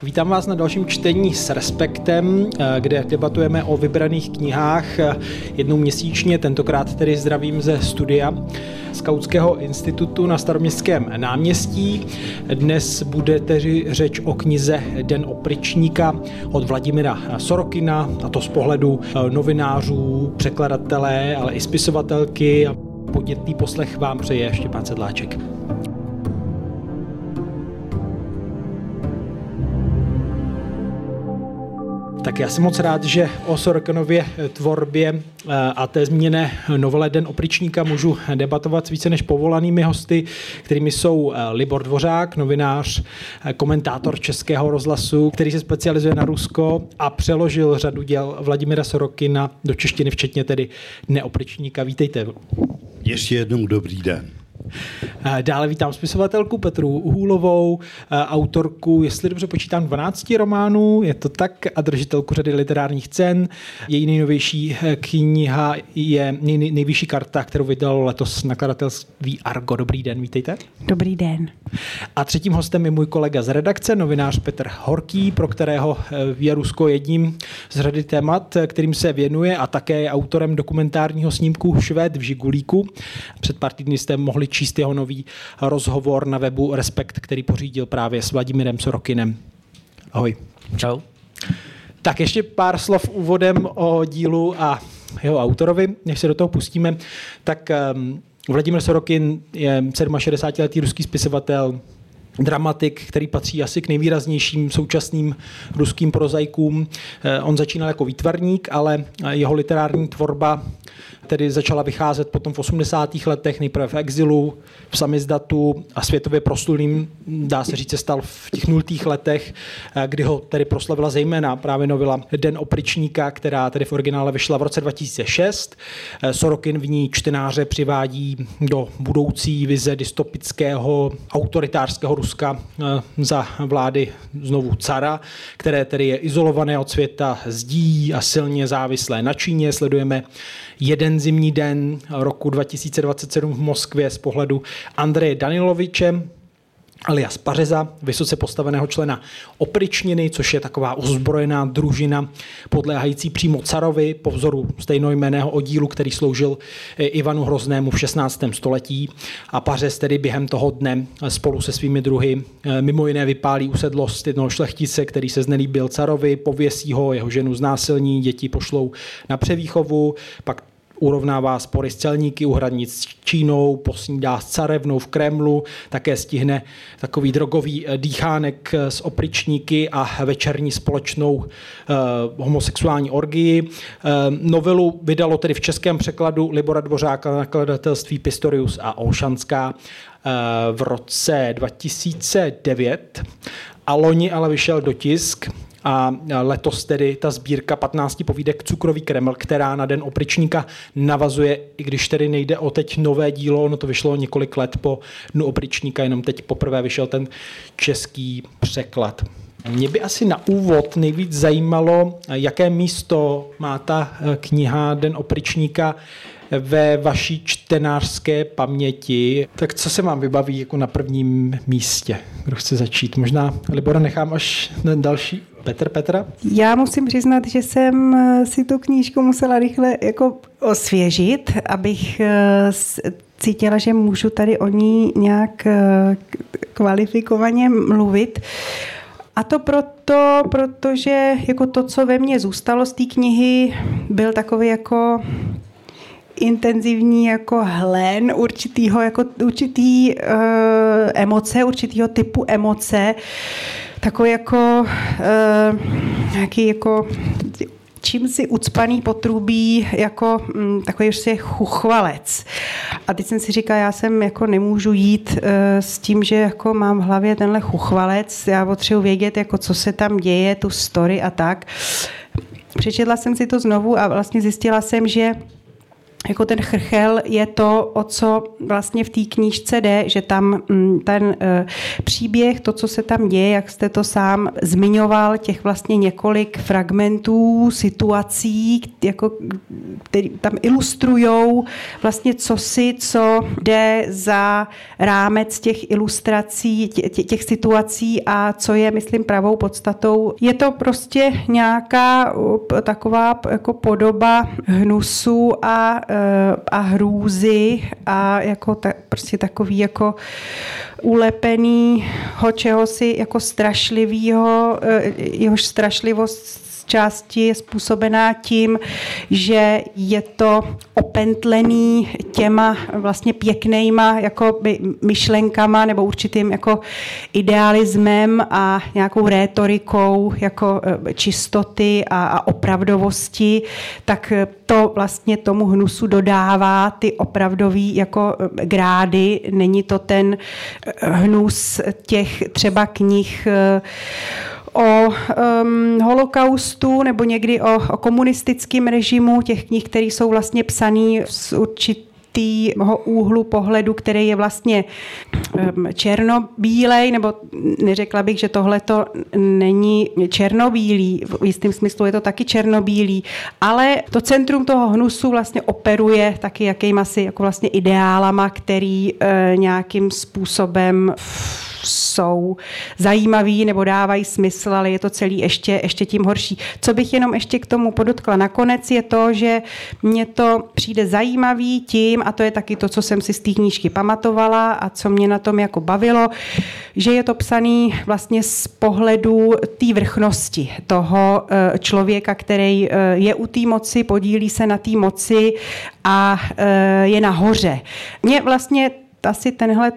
Vítám vás na dalším čtení s Respektem, kde debatujeme o vybraných knihách jednou měsíčně, tentokrát tedy zdravím ze studia Skautského institutu na Staroměstském náměstí. Dnes bude tedy řeč o knize Den opryčníka od Vladimira Sorokina, a to z pohledu novinářů, překladatele, ale i spisovatelky. Podnětný poslech vám přeje Štěpán Sedláček. Tak já jsem moc rád, že o Sorokinově tvorbě a té zmíněné novele Den opryčníka můžu debatovat s více než povolanými hosty, kterými jsou Libor Dvořák, novinář, komentátor Českého rozhlasu, který se specializuje na Rusko a přeložil řadu děl Vladimira Sorokina do češtiny, včetně tedy Dne opryčníka. Vítejte. Ještě jednou dobrý den. Dále vítám spisovatelku Petru Uhůlovou, autorku, jestli dobře počítám, 12 románů, je to tak, a držitelku řady literárních cen. Její nejnovější kniha je Nejvyšší karta, kterou vydalo letos nakladatelství Argo. Dobrý den, vítejte. Dobrý den. A třetím hostem je můj kolega z redakce, novinář Petr Horký, pro kterého je Rusko jedním z řady témat, kterým se věnuje, a také je autorem dokumentárního snímku Švéd v žigulíku. Před pár týdny jste mohli číst jeho nový rozhovor na webu Respekt, který pořídil právě s Vladimirem Sorokinem. Ahoj. Čau. Tak ještě pár slov úvodem o dílu a jeho autorovi, než se do toho pustíme. Tak Vladimir Sorokin je 67letý ruský spisovatel, dramatik, který patří asi k nejvýraznějším současným ruským prozaikům. On začínal jako výtvarník, ale jeho literární tvorba tedy začala vycházet potom v 80. letech, nejprve v exilu, v samizdatu, a světově proslulým, dá se říct, se stal v těch 0. letech, kdy ho tedy proslavila zejména právě novela Den opryčníka, která tedy v originále vyšla v roce 2006. Sorokin v ní čtenáře přivádí do budoucí vize dystopického autoritářského Ruska za vlády znovu cara, které tedy je izolované od světa zdí a silně závislé na Číně. Sledujeme jeden zimní den roku 2027 v Moskvě z pohledu Andreje Daniloviče, alias Pařeza, vysoce postaveného člena opryčniny, což je taková ozbrojená družina podléhající přímo carovi po vzoru stejnojmenného oddílu, který sloužil Ivanu Hroznému v 16. století. A Pařez tedy během toho dne spolu se svými druhy mimo jiné vypálí usedlost jednoho šlechtice, který se znelíbil carovi, pověsí ho, jeho ženu znásilní, děti pošlou na převýchovu, pak urovnává spory s celníky u hranic s Čínou, posnídá s carevnou v Kremlu, také stihne takový drogový dýchánek s opryčníky a večerní společnou homosexuální orgii. Novelu vydalo tedy v českém překladu Libora Dvořáka nakladatelství Pistorius a Olšanská v roce 2009 a loni ale vyšel dotisk. A letos tedy ta sbírka 15 povídek Cukrový Kreml, která na Den opryčníka navazuje, i když tedy nejde o teď nové dílo, no to vyšlo několik let po Dnu opryčníka, jenom teď poprvé vyšel ten český překlad. Mě by asi na úvod nejvíc zajímalo, jaké místo má ta kniha Den opryčníka ve vaší čtenářské paměti. Tak co se vám vybaví jako na prvním místě? Kdo chce začít? Možná Libora nechám až na další. Petra? Já musím přiznat, že jsem si tu knížku musela rychle jako osvěžit, abych cítila, že můžu tady o ní nějak kvalifikovaně mluvit. A to protože jako to, co ve mně zůstalo z té knihy, byl takový jako intenzivní jako hlen určitý emoce, určitýho typu emoce, takový jako nějaký jako čím si ucpaný potrubí, jako takový už si chuchvalec. A teď jsem si říkala, já jsem jako nemůžu jít s tím, že jako mám v hlavě tenhle chuchvalec, já potřebuji vědět, jako co se tam děje, tu story a tak. Přečetla jsem si to znovu a vlastně zjistila jsem, že jako ten chrchel je to, o co vlastně v té knížce jde, že tam ten příběh, to, co se tam děje, jak jste to sám zmiňoval, těch vlastně několik fragmentů, situací, jako, který tam ilustrujou vlastně co jde za rámec těch ilustrací, těch situací a co je, myslím, pravou podstatou. Je to prostě nějaká taková jako podoba hnusu a hrůzy a jako prostě takový jako ulepenýho čehosi jako strašlivýho, jehož strašlivost části je způsobená tím, že je to opentlený těma vlastně pěknejma jako myšlenkama nebo určitým jako idealismem a nějakou rétorikou jako čistoty a opravdovosti, tak to vlastně tomu hnusu dodává ty opravdový jako grády. Není to ten hnus těch třeba knih o holokaustu nebo někdy o komunistickém režimu, těch knih, které jsou vlastně psaný z určitého úhlu pohledu, který je vlastně černobílej, nebo neřekla bych, že tohleto není černobílý, v jistém smyslu je to taky černobílý, ale to centrum toho hnusu vlastně operuje taky jakýmasi jako vlastně ideálama, který nějakým způsobem jsou zajímavý nebo dávají smysl, ale je to celý ještě tím horší. Co bych jenom ještě k tomu podotkla nakonec je to, že mně to přijde zajímavý tím, a to je taky to, co jsem si z té knížky pamatovala a co mě na tom jako bavilo, že je to psaný vlastně z pohledu té vrchnosti toho člověka, který je u té moci, podílí se na té moci a je nahoře. Mě vlastně asi tenhle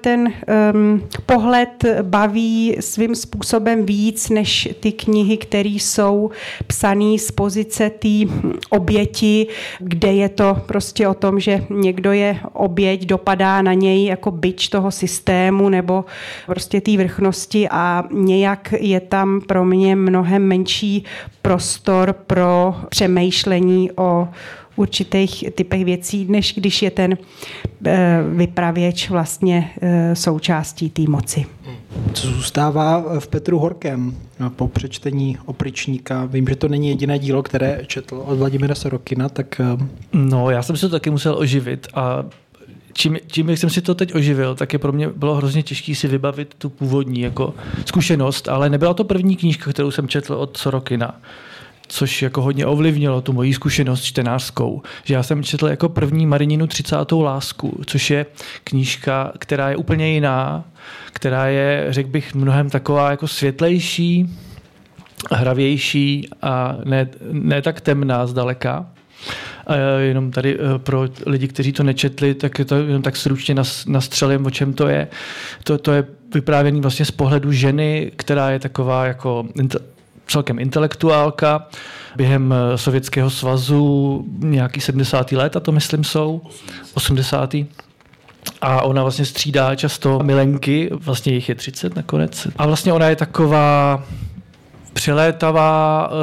pohled baví svým způsobem víc než ty knihy, které jsou psané z pozice té oběti, kde je to prostě o tom, že někdo je oběť, dopadá na něj jako bič toho systému nebo prostě té vrchnosti a nějak je tam pro mě mnohem menší prostor pro přemýšlení o určitých typech věcí, než když je ten vypravěč vlastně součástí té moci. Co zůstává v Petru horkém po přečtení Opričníka? Vím, že to není jediné dílo, které četl od Vladimíra Sorokina, tak... No, já jsem se to taky musel oživit a čím jak jsem si to teď oživil, tak je pro mě bylo hrozně těžké si vybavit tu původní jako zkušenost, ale nebyla to první knížka, kterou jsem četl od Sorokina, což jako hodně ovlivnilo tu moji zkušenost čtenářskou. Že já jsem četl jako první Marininu 30. lásku, což je knížka, která je úplně jiná, která je, řekl bych, mnohem taková jako světlejší, hravější a ne tak temná zdaleka. A jenom tady pro lidi, kteří to nečetli, tak je to jenom tak stručně nastřelím, o čem to je. To je vyprávěný vlastně z pohledu ženy, která je taková jako celkem intelektuálka během Sovětského svazu nějaký 70. let, a to myslím jsou 80. A ona vlastně střídá často milenky, vlastně jich je 30 nakonec. A vlastně ona je taková přilétavá,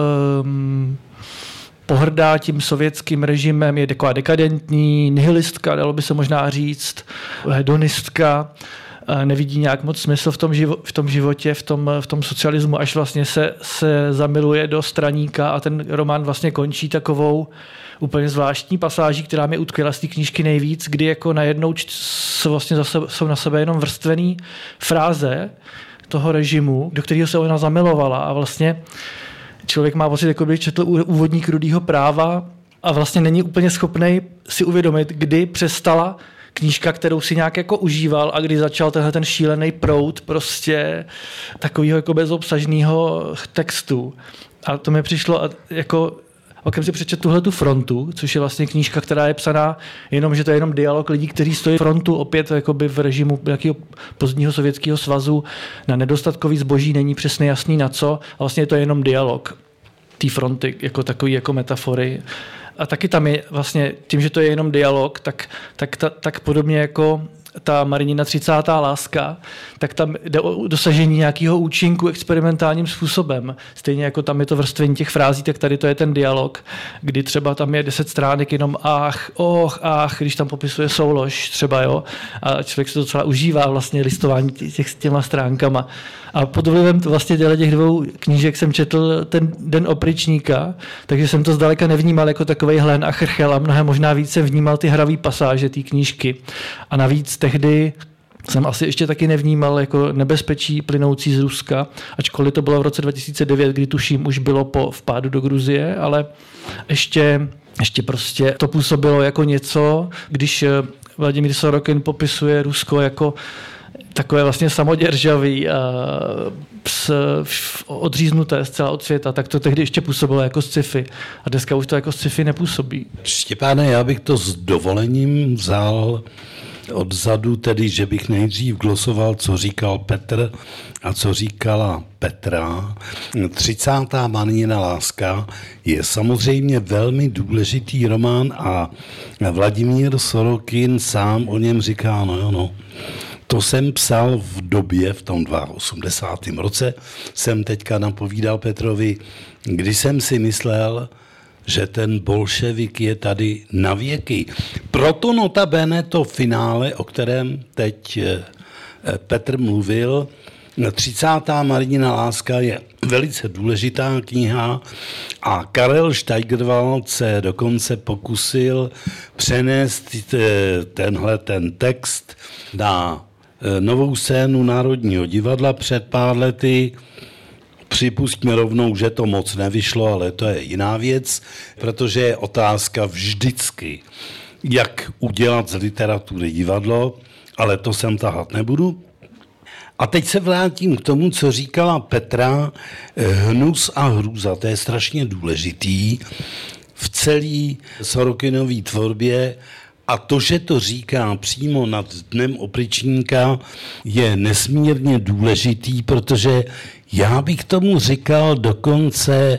pohrdá tím sovětským režimem, je taková dekadentní, nihilistka, dalo by se možná říct, hedonistka, nevidí nějak moc smysl v tom životě, v tom socialismu, až vlastně se zamiluje do Straníka a ten román vlastně končí takovou úplně zvláštní pasáží, která mi utkvěla z té knížky nejvíc, kdy jako najednou vlastně jsou na sebe jenom vrstvený fráze toho režimu, do kterého se ona zamilovala a vlastně člověk má pocit, jako by četl úvodník Rudýho práva a vlastně není úplně schopný si uvědomit, kdy přestala knížka, kterou si nějak jako užíval a kdy začal tenhle ten šílený proud prostě takového jako bezobsažného textu. A to mi přišlo jako okem si přečet tuhletu Frontu, což je vlastně knížka, která je psaná jenom, že to je jenom dialog lidí, kteří stojí frontu opět jakoby v režimu nějakého pozdního Sovětského svazu na nedostatkový zboží, není přesně jasný na co, a vlastně je to jenom dialog té fronty, jako takový jako metafory. A taky tam je vlastně tím, že to je jenom dialog, tak podobně jako ta Marinina 30. láska, tak tam jde o dosažení nějakého účinku experimentálním způsobem. Stejně jako tam je to vrstvení těch frází, tak tady to je ten dialog, kdy třeba tam je 10 stránek jenom ach, když tam popisuje soulož třeba, jo, a člověk se to docela užívá vlastně listování těma stránkama. A pod vlivem vlastně těch 2 knížek jsem četl ten Den opryčníka, takže jsem to zdaleka nevnímal jako takovej hlen a chrchel a mnohem možná víc jsem vnímal ty hravý pasáže té knížky. A navíc tehdy jsem asi ještě taky nevnímal jako nebezpečí plynoucí z Ruska, ačkoliv to bylo v roce 2009, kdy tuším už bylo po vpádu do Gruzie, ale ještě prostě to působilo jako něco, když Vladimír Sorokin popisuje Rusko jako takové vlastně samoděržavý, odříznuté zcela od světa, tak to tehdy ještě působilo jako sci-fi. A dneska už to jako sci-fi nepůsobí. Štěpáne, já bych to s dovolením vzal odzadu, tedy, že bych nejdřív glosoval, co říkal Petr a co říkala Petra. 30. Marinina láska je samozřejmě velmi důležitý román a Vladimír Sorokin sám o něm říká, no. To jsem psal v době, v tom 82. roce, jsem teďka napovídal Petrovi, kdy jsem si myslel, že ten bolševik je tady na věky. Proto notabene to finále, o kterém teď Petr mluvil, 30. Marinina láska je velice důležitá kniha a Karel Steigerwald se dokonce pokusil přenést ten text na novou scénu Národního divadla před pár lety. Připustíme rovnou, že to moc nevyšlo, ale to je jiná věc, protože je otázka vždycky, jak udělat z literatury divadlo, ale to sem tahat nebudu. A teď se vrátím k tomu, co říkala Petra, hnus a hrůza, to je strašně důležitý v celé Sorokinový tvorbě. A to, že to říká přímo nad Dnem opryčníka, je nesmírně důležitý, protože já bych tomu říkal dokonce,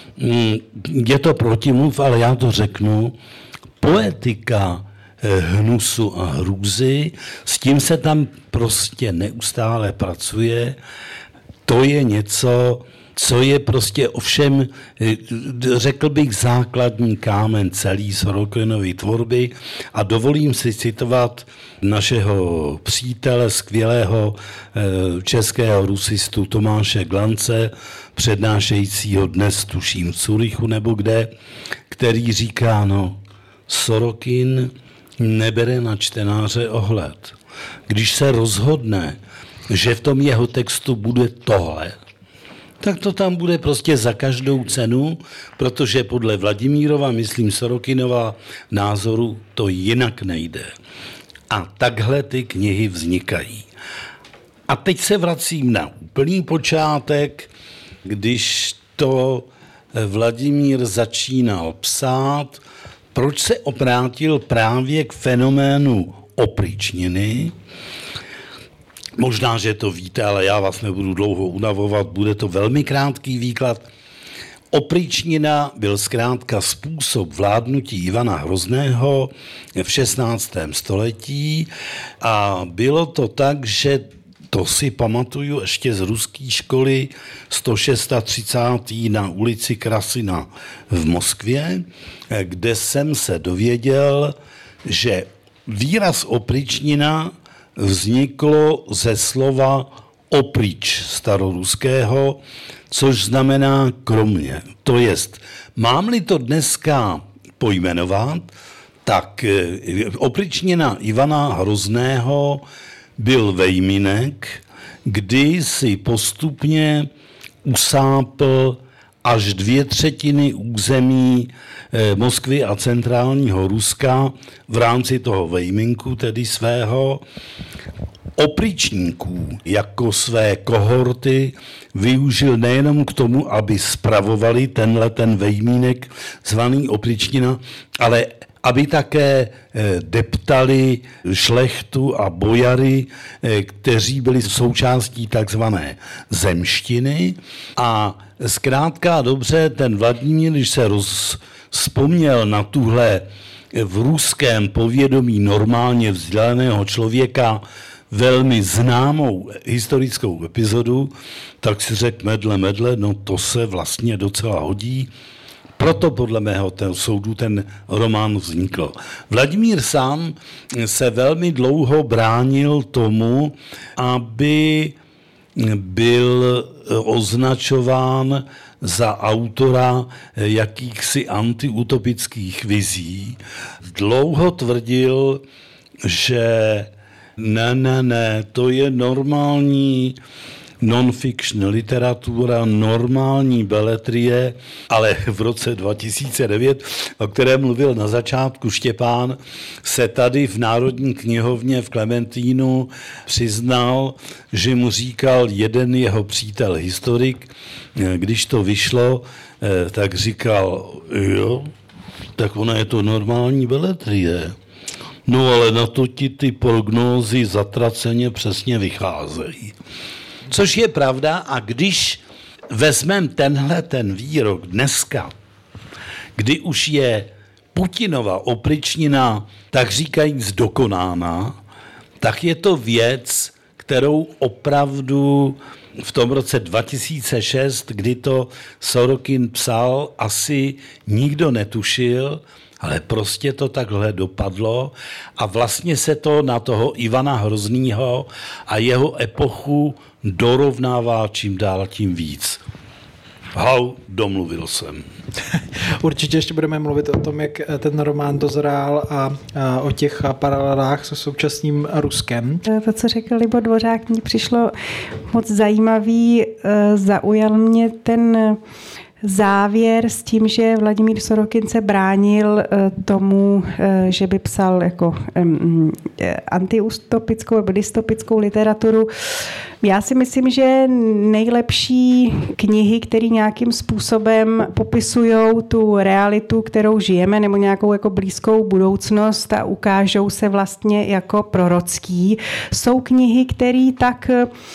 je to protimluv, ale já to řeknu, poetika hnusu a hrůzy, s tím se tam prostě neustále pracuje, to je něco, co je prostě ovšem, řekl bych, základní kámen celý Sorokinovy tvorby a dovolím si citovat našeho přítele, skvělého českého rusistu Tomáše Glance, přednášejícího dnes, tuším, v Curychu nebo kde, který říká, Sorokin nebere na čtenáře ohled. Když se rozhodne, že v tom jeho textu bude tohle, tak to tam bude prostě za každou cenu, protože podle Vladimírova, myslím Sorokinova názoru, to jinak nejde. A takhle ty knihy vznikají. A teď se vracím na úplný počátek, když to Vladimír začínal psát, proč se obrátil právě k fenoménu opryčniny. Možná, že to víte, ale já vás nebudu dlouho unavovat, bude to velmi krátký výklad. Opryčnina byl zkrátka způsob vládnutí Ivana Hrozného v 16. století a bylo to tak, že to si pamatuju ještě z ruské školy 136. na ulici Krasina v Moskvě, kde jsem se dověděl, že výraz opryčnina vzniklo ze slova opryč staroruského, což znamená kromě. To jest, mám-li to dneska pojmenovat, tak opryčnina Ivana Hrozného byl vejminek, kdy si postupně usápl až 2/3 území Moskvy a centrálního Ruska v rámci toho vejminku, tedy svého. Opryčníků jako své kohorty využil nejenom k tomu, aby spravovali ten vejmínek zvaný opryčnina, ale aby také deptali šlechtu a bojary, kteří byli součástí takzvané zemštiny. A zkrátka dobře, ten Vladimír, když se vzpomněl na tuhle v ruském povědomí normálně vzdělaného člověka velmi známou historickou epizodu, tak si řekl medle, no to se vlastně docela hodí. Proto podle mého soudu ten román vznikl. Vladimír sám se velmi dlouho bránil tomu, aby byl označován za autora jakýchsi antiutopických vizí. Dlouho tvrdil, že ne, to je normální non-fiction literatura, normální beletrie, ale v roce 2009, o kterém mluvil na začátku Štěpán, se tady v Národní knihovně v Klementínu přiznal, že mu říkal jeden jeho přítel historik, když to vyšlo, tak říkal, jo, tak ona je to normální beletrie. No ale na to ti ty prognózy zatraceně přesně vycházejí. Což je pravda, a když vezmeme ten výrok dneska, kdy už je Putinova opričnina tak říkajíc dokonána, tak je to věc, kterou opravdu v tom roce 2006, kdy to Sorokin psal, asi nikdo netušil, ale prostě to takhle dopadlo a vlastně se to na toho Ivana Hroznýho a jeho epochu dorovnává čím dál tím víc. Domluvil jsem. Určitě ještě budeme mluvit o tom, jak ten román dozrál a o těch paralelách se současným Ruskem. To, co řekl Libor Dvořák, mi přišlo moc zajímavý. Zaujal mě ten závěr s tím, že Vladimír Sorokin se bránil tomu, že by psal jako antiustopickou nebo dystopickou literaturu. Já si myslím, že nejlepší knihy, které nějakým způsobem popisují tu realitu, kterou žijeme, nebo nějakou jako blízkou budoucnost a ukážou se vlastně jako prorocký, jsou knihy, které tak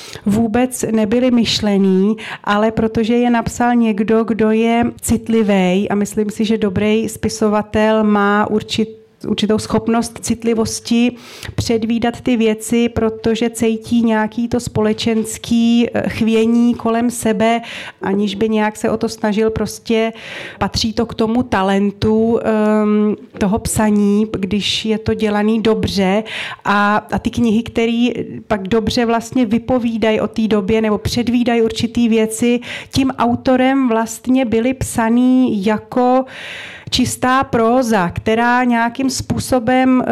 vůbec nebyly myšlený, ale protože je napsal někdo, kdo je citlivý, a myslím si, že dobrý spisovatel má určitou schopnost citlivosti předvídat ty věci, protože cítí nějaký to společenský chvění kolem sebe, aniž by nějak se o to snažil, prostě patří to k tomu talentu toho psaní, když je to dělaný dobře a ty knihy, které pak dobře vlastně vypovídají o té době nebo předvídají určitý věci, tím autorem vlastně byly psaný jako čistá próza, která nějakým způsobem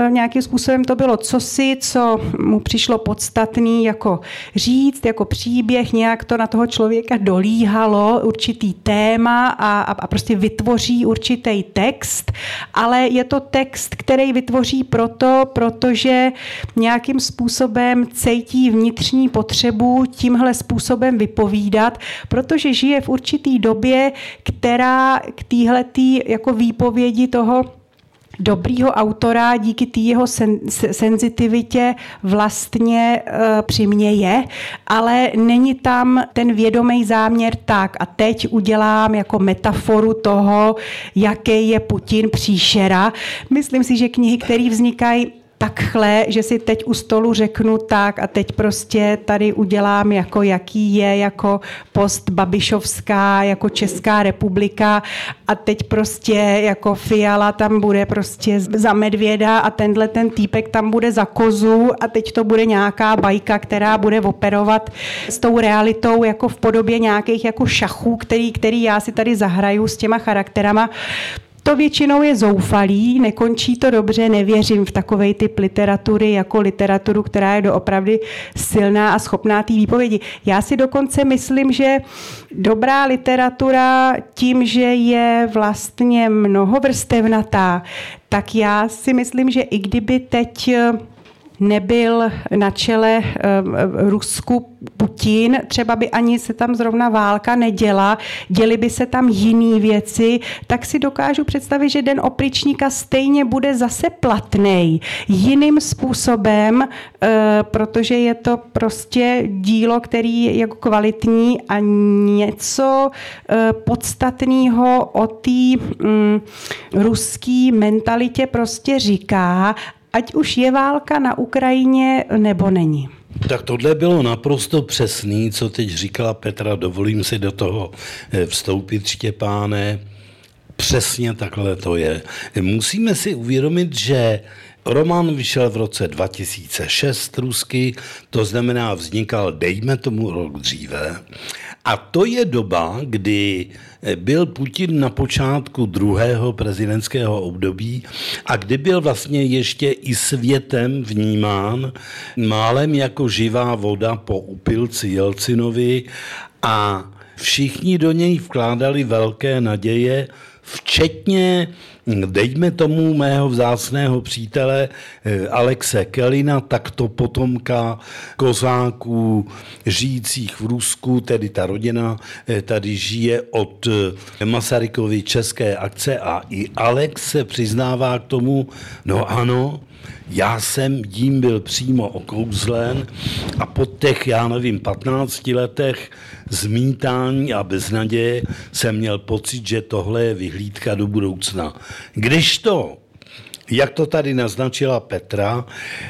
to bylo cosi, co mu přišlo podstatný jako říct, jako příběh, nějak to na toho člověka dolíhalo, určitý téma a prostě vytvoří určitý text, ale je to text, který vytvoří protože nějakým způsobem cítí vnitřní potřebu tímhle způsobem vypovídat, protože žije v určitý době, která k téhletý jako výpovědi toho dobrýho autora díky té jeho senzitivitě vlastně přiměje, ale není tam ten vědomý záměr tak a teď udělám jako metaforu toho, jaký je Putin příšera. Myslím si, že knihy, které vznikají takhle, že si teď u stolu řeknu tak a teď prostě tady udělám jako jaký je jako postbabišovská jako Česká republika a teď prostě jako Fiala tam bude prostě za medvěda a tenhle ten týpek tam bude za kozu a teď to bude nějaká bajka, která bude operovat s tou realitou jako v podobě nějakých jako šachů, který já si tady zahraju s těma charakterama. To většinou je zoufalý, nekončí to dobře, nevěřím v takovej typ literatury jako literaturu, která je doopravdy silná a schopná té výpovědi. Já si dokonce myslím, že dobrá literatura tím, že je vlastně mnohovrstevnatá, tak já si myslím, že i kdyby teď nebyl na čele Rusku Putin, třeba by ani se tam zrovna válka neděla, děly by se tam jiné věci, tak si dokážu představit, že Den opričníka stejně bude zase platnej jiným způsobem, protože je to prostě dílo, který je jako kvalitní a něco podstatného o té ruské mentalitě prostě říká, ať už je válka na Ukrajině nebo není. Tak tohle bylo naprosto přesný, co teď říkala Petra, dovolím si do toho vstoupit, Štěpáne. Přesně takhle to je. Musíme si uvědomit, že román vyšel v roce 2006 rusky, to znamená vznikal, dejme tomu, rok dříve. A to je doba, kdy byl Putin na počátku druhého prezidentského období a kdy byl vlastně ještě i světem vnímán málem jako živá voda po upilci Jelcinovi a všichni do něj vkládali velké naděje, včetně, dejme tomu, mého vzácného přítele Alexe Kelina, takto potomka kozáků žijících v Rusku, tedy ta rodina tady žije od Masarykovy české akce a i Alex se přiznává k tomu, no ano, já jsem jím byl přímo okouzlen a po těch, 15 letech zmítání a beznaděje jsem měl pocit, že tohle je vyhlídka do budoucna. Kdežto, jak to tady naznačila Petra,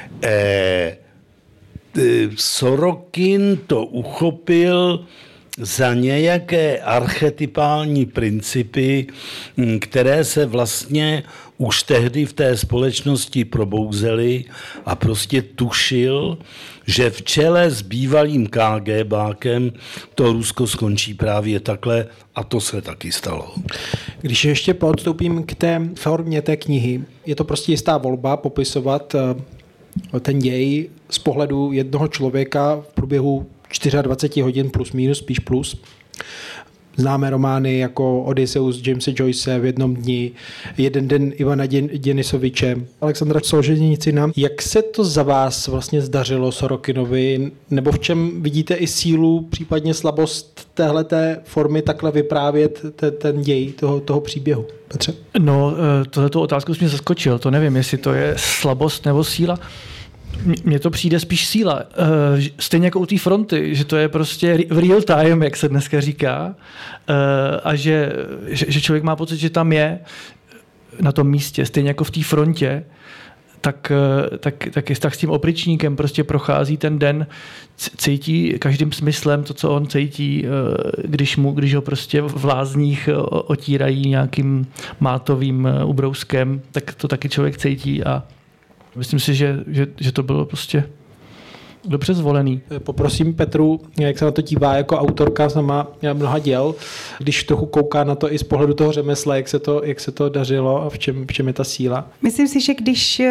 Sorokin to uchopil za nějaké archetypální principy, které se vlastně už tehdy v té společnosti probouzely a prostě tušil, že v čele s bývalým KGBákem to Rusko skončí právě takhle a to se taky stalo. Když ještě poodstoupím k té formě té knihy, je to prostě jistá volba popisovat ten děj z pohledu jednoho člověka v průběhu 24 hodin plus minus, spíš plus. Známe romány jako Odysseus Jamese Joyce, V jednom dni, Jeden den Ivana Denisoviče, Alexandra Solženicina. Jak se to za vás vlastně zdařilo Sorokinovi, nebo v čem vidíte i sílu, případně slabost téhleté formy takhle vyprávět ten děj toho příběhu? Petře? No, tohleto otázku jsi mě zaskočil, to nevím, jestli to je slabost nebo síla. Mně to přijde spíš síla. Stejně jako u té fronty, že to je prostě v real time, jak se dneska říká, a že člověk má pocit, že tam je na tom místě, stejně jako v té frontě, tak s tím opričníkem prostě prochází ten den, cítí každým smyslem to, co on cítí, když ho prostě v lázních otírají nějakým mátovým ubrouskem, tak to taky člověk cítí a myslím si, že to bylo prostě dobře zvolený. Poprosím Petru, jak se na to dívá jako autorka sama mnoha děl, když trochu kouká na to i z pohledu toho řemesla, jak se to dařilo a v čem je ta síla. Myslím si, že když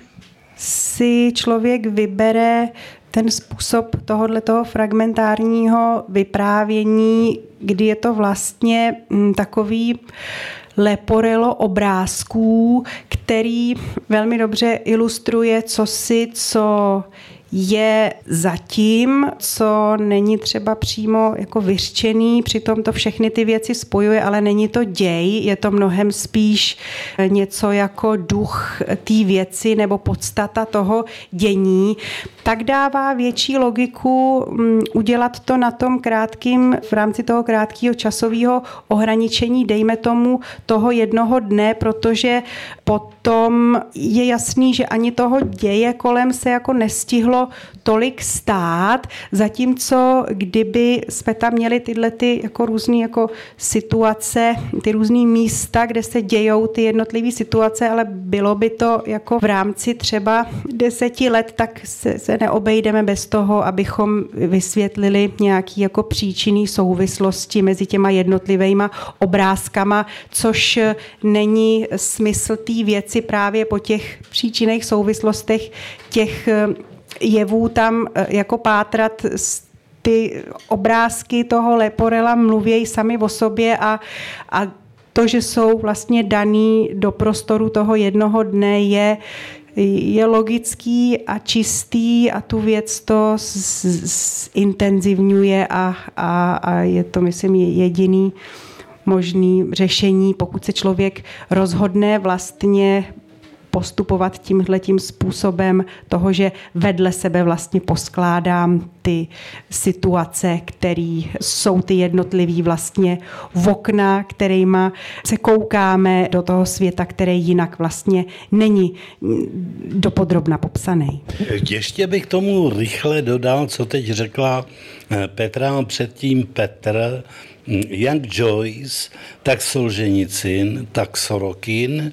si člověk vybere ten způsob tohoto fragmentárního vyprávění, kdy je to vlastně takový leporelo obrázků, který velmi dobře ilustruje co je zatím, co není třeba přímo jako vyřčený, přitom to všechny ty věci spojuje, ale není to děj, je to mnohem spíš něco jako duch té věci nebo podstata toho dění, tak dává větší logiku udělat to na tom krátkým, v rámci toho krátkého časového ohraničení, dejme tomu toho jednoho dne, protože potom je jasný, že ani toho děje kolem se jako nestihlo tolik stát, zatímco kdyby jsme tam měli tyhle ty jako různé jako situace, ty různé místa, kde se dějou ty jednotlivé situace, ale bylo by to jako v rámci třeba 10 let, tak se neobejdeme bez toho, abychom vysvětlili nějaký jako příčinný souvislosti mezi těma jednotlivýma obrázkama, což není smysl té věci právě po těch příčinných souvislostech těch jevů tam jako pátrat. Ty obrázky toho leporela mluvějí sami o sobě a to, že jsou vlastně daný do prostoru toho jednoho dne, je je logický a čistý a tu věc to intenzivňuje a je to, myslím, jediný možný řešení, pokud se člověk rozhodne vlastně postupovat tímhletím způsobem toho, že vedle sebe vlastně poskládám ty situace, které jsou ty jednotlivý vlastně okna, kterýma se koukáme do toho světa, který jinak vlastně není dopodrobna popsaný. Ještě bych tomu rychle dodal, co teď řekla Petra, předtím Petr, jak Joyce, tak Solženicyn, tak Sorokin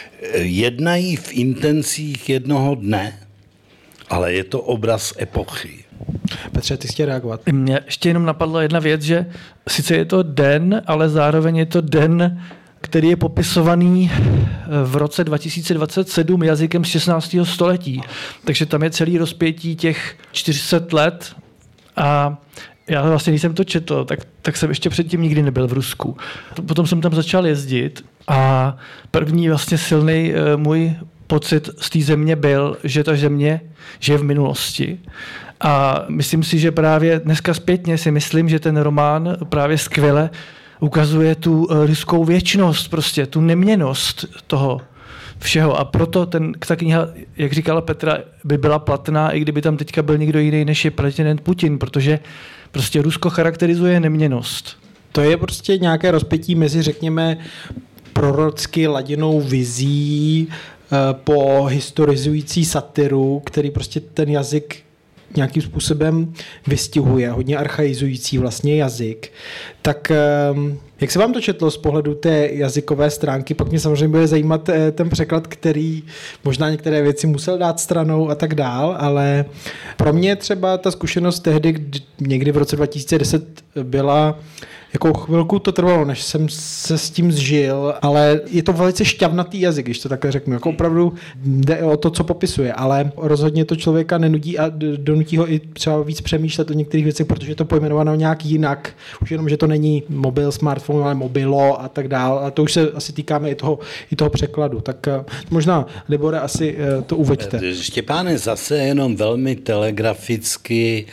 jednají v intencích jednoho dne, ale je to obraz epochy. Petře, ty chtěl reagovat? Mě ještě jenom napadla jedna věc, že sice je to den, ale zároveň je to den, který je popisovaný v roce 2027 jazykem z 16. století. Takže tam je celý rozpětí těch 400 let a já vlastně, když jsem to četl, tak jsem ještě předtím nikdy nebyl v Rusku. Potom jsem tam začal jezdit a první vlastně silný můj pocit z té země byl, že ta země žije v minulosti. A myslím si, že právě dneska zpětně si myslím, že ten román právě skvěle ukazuje tu ruskou věčnost, prostě tu neměnnost toho všeho. A proto ta kniha, jak říkala Petra, by byla platná, i kdyby tam teďka byl někdo jiný, než je prezident Putin, protože prostě Rusko charakterizuje neměnnost. To je prostě nějaké rozpětí mezi, řekněme, prorocky laděnou vizí po historizující satiru, který prostě ten jazyk nějakým způsobem vystihuje, hodně archaizující vlastně jazyk. Tak jak se vám to četlo z pohledu té jazykové stránky? Pak mě samozřejmě bude zajímat ten překlad, který možná některé věci musel dát stranou a tak dál, ale pro mě třeba ta zkušenost tehdy, někdy v roce 2010 byla, jako chvilku to trvalo, než jsem se s tím zžil, ale je to velice šťavnatý jazyk, když to takhle řeknu. Jako opravdu jde o to, co popisuje, ale rozhodně to člověka nenudí a donutí ho i třeba víc přemýšlet o některých věcech, protože je to pojmenováno nějak jinak. Už jenom, že to není mobil, smartphone, ale mobilo a tak dál. A to už se asi týkáme i toho překladu. Tak možná, Libore, asi to uveďte. Štěpáne, zase jenom velmi telegraficky.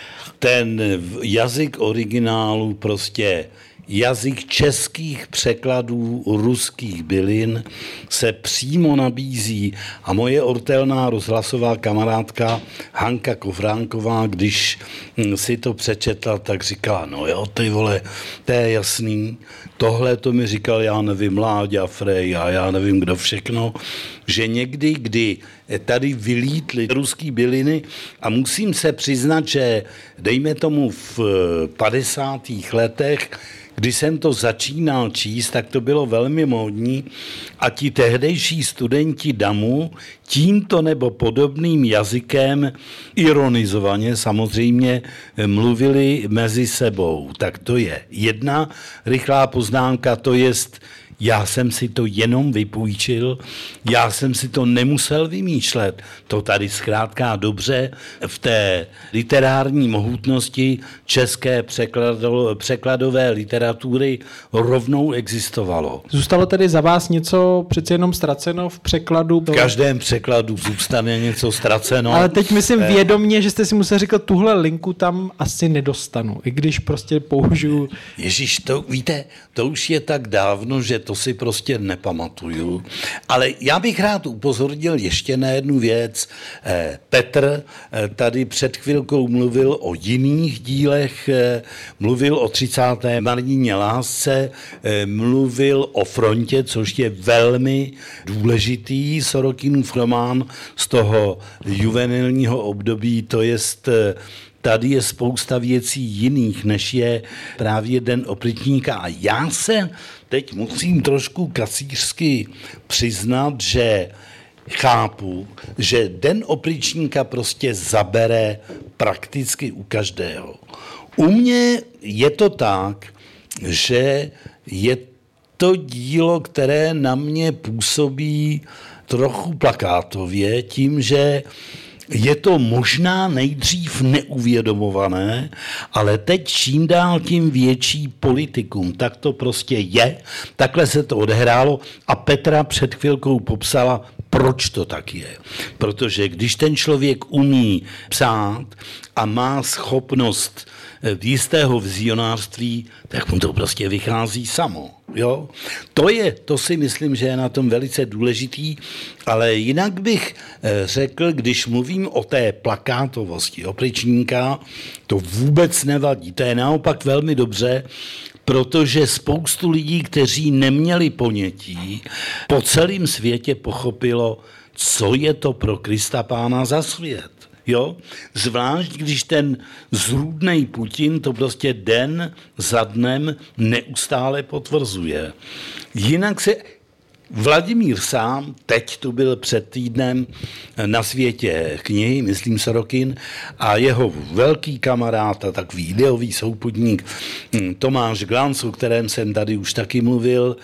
Ten jazyk originálu, prostě jazyk českých překladů ruských bylin se přímo nabízí a moje ortelná rozhlasová kamarádka Hanka Kofránková, když si to přečetla, tak říkala, no jo, ty vole, to je jasný, tohle to mi říkal, já nevím, Láďa Frej a já nevím, kdo všechno, že někdy, kdy tady vylítly ruský byliny a musím se přiznat, že dejme tomu v 50. letech, když jsem to začínal číst, tak to bylo velmi módní a ti tehdejší studenti DAMu tímto nebo podobným jazykem ironizovaně samozřejmě mluvili mezi sebou. Tak to je jedna rychlá poznámka, to jest, já jsem si to jenom vypůjčil, já jsem si to nemusel vymýšlet. To tady zkrátka dobře v té literární mohutnosti české překladové literatury rovnou existovalo. Zůstalo tedy za vás něco přece jenom ztraceno v překladu? V každém překladu zůstane něco ztraceno. Ale teď myslím vědomně, že jste si musel říkat, tuhle linku tam asi nedostanu, i když prostě použiju. Ježíš, to víte, to už je tak dávno, že to si prostě nepamatuju. Ale já bych rád upozornil ještě na jednu věc. Petr tady před chvilkou mluvil o jiných dílech, mluvil o 30. marnině lásce, mluvil o frontě, což je velmi důležitý Sorokinův román z toho juvenilního období, to jest tady je spousta věcí jiných, než je právě Den oprytníka. A já se teď musím trošku kacířsky přiznat, že chápu, že Den oprytníka prostě zabere prakticky u každého. U mě je to tak, že je to dílo, které na mě působí trochu plakátově, tím, že je to možná nejdřív neuvědomované, ale teď čím dál tím větší politikum. Tak to prostě je, takhle se to odehrálo a Petra před chvilkou popsala Proč to tak je? Protože když ten člověk umí psát a má schopnost jistého vizionářství, tak mu to prostě vychází samo. Jo? To si myslím, že je na tom velice důležitý, ale jinak bych řekl, když mluvím o té plakátovosti opričníka, to vůbec nevadí. To je naopak velmi dobře, protože spoustu lidí, kteří neměli ponětí, po celém světě pochopilo, co je to pro Krista Pána za svět. Jo? Zvlášť, když ten zrůdnej Putin to prostě den za dnem neustále potvrzuje. Jinak se Vladimír sám, teď tu byl před týdnem na Světě knihy, myslím Sorokin, a jeho velký kamarád a takový ideový souputník Tomáš Glanc, o kterém jsem tady už taky mluvil,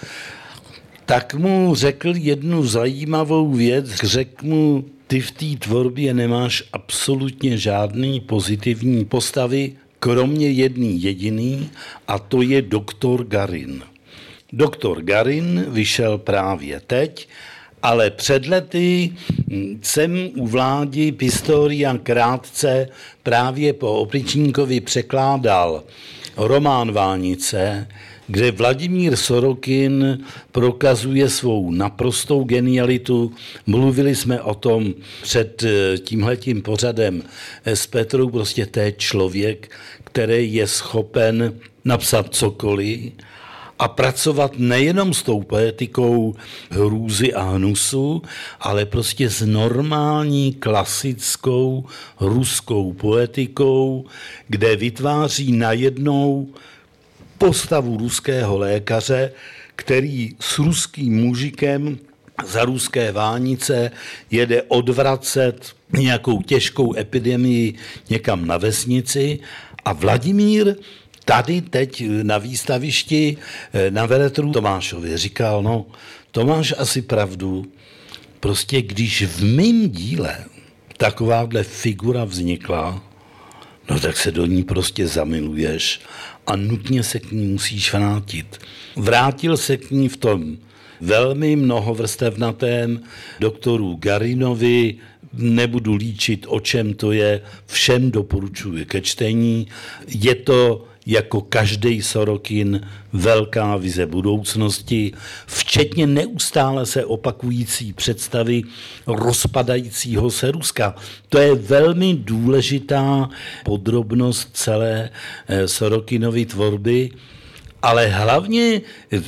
tak mu řekl jednu zajímavou věc, řekl mu, ty v té tvorbě nemáš absolutně žádný pozitivní postavy, kromě jedný jediný, a to je doktor Garin. Doktor Garin vyšel právě teď, ale před lety jsem u Vládi Pistorian krátce právě po Opričníkovi překládal román Vánice, kde Vladimír Sorokin prokazuje svou naprostou genialitu. Mluvili jsme o tom před tímhletím pořadem s Petrou, prostě to je člověk, který je schopen napsat cokoliv a pracovat nejenom s tou poetikou hrůzy a hnusu, ale prostě s normální klasickou ruskou poetikou, kde vytváří najednou postavu ruského lékaře, který s ruským mužikem za ruské Vánice jede odvracet nějakou těžkou epidemii někam na vesnici a Vladimír tady teď na výstavišti na veletru Tomášovi říkal, no to máš asi pravdu, prostě když v mém díle takováhle figura vznikla, no tak se do ní prostě zamiluješ a nutně se k ní musíš vrátit. Vrátil se k ní v tom velmi mnohovrstevnatém doktoru Garinovi, nebudu líčit, o čem to je, všem doporučuji ke čtení. Je to jako každý Sorokin velká vize budoucnosti, včetně neustále se opakující představy rozpadajícího se Ruska. To je velmi důležitá podrobnost celé Sorokinovy tvorby, ale hlavně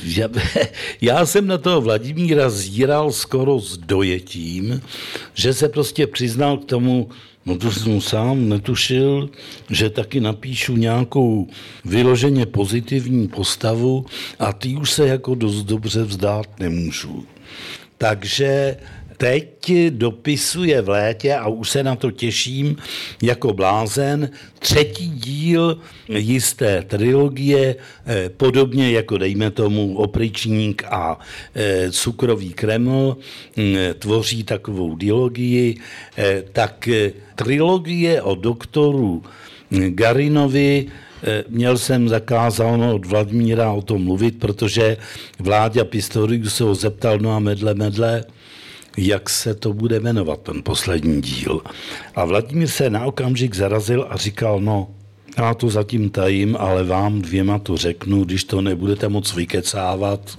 já jsem na toho Vladimíra zíral skoro s dojetím, že se prostě přiznal k tomu, no to jsem sám netušil, že taky napíšu nějakou vyloženě pozitivní postavu a ty už se jako dost dobře vzdát nemůžu. Takže teď dopisuje v létě a už se na to těším jako blázen 3. díl jisté trilogie, podobně jako dejme tomu Opričník a Cukrový Kreml tvoří takovou dilogii, tak trilogie o doktoru Garinovi. Měl jsem zakázáno od Vladimíra o tom mluvit, protože Vláďa Pistorius se ho zeptal, no a medle, jak se to bude jmenovat, ten poslední díl. A Vladimír se na okamžik zarazil a říkal, no, já to zatím tajím, ale vám dvěma to řeknu, když to nebudete moc vykecávat.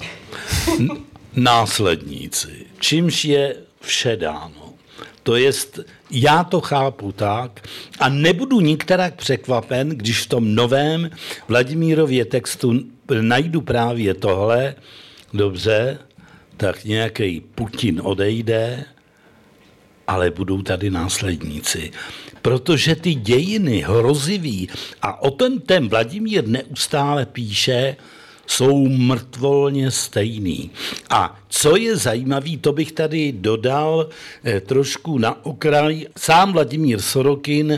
Následníci. Čímž je vše dáno. To jest, já to chápu tak a nebudu nikterak překvapen, když v tom novém Vladimírově textu najdu právě tohle, dobře, tak nějaký Putin odejde, ale budou tady následníci. Protože ty dějiny hrozivý, a o tom ten Vladimír neustále píše, jsou mrtvolně stejný. A co je zajímavý, to bych tady dodal trošku na okraj. Sám Vladimír Sorokin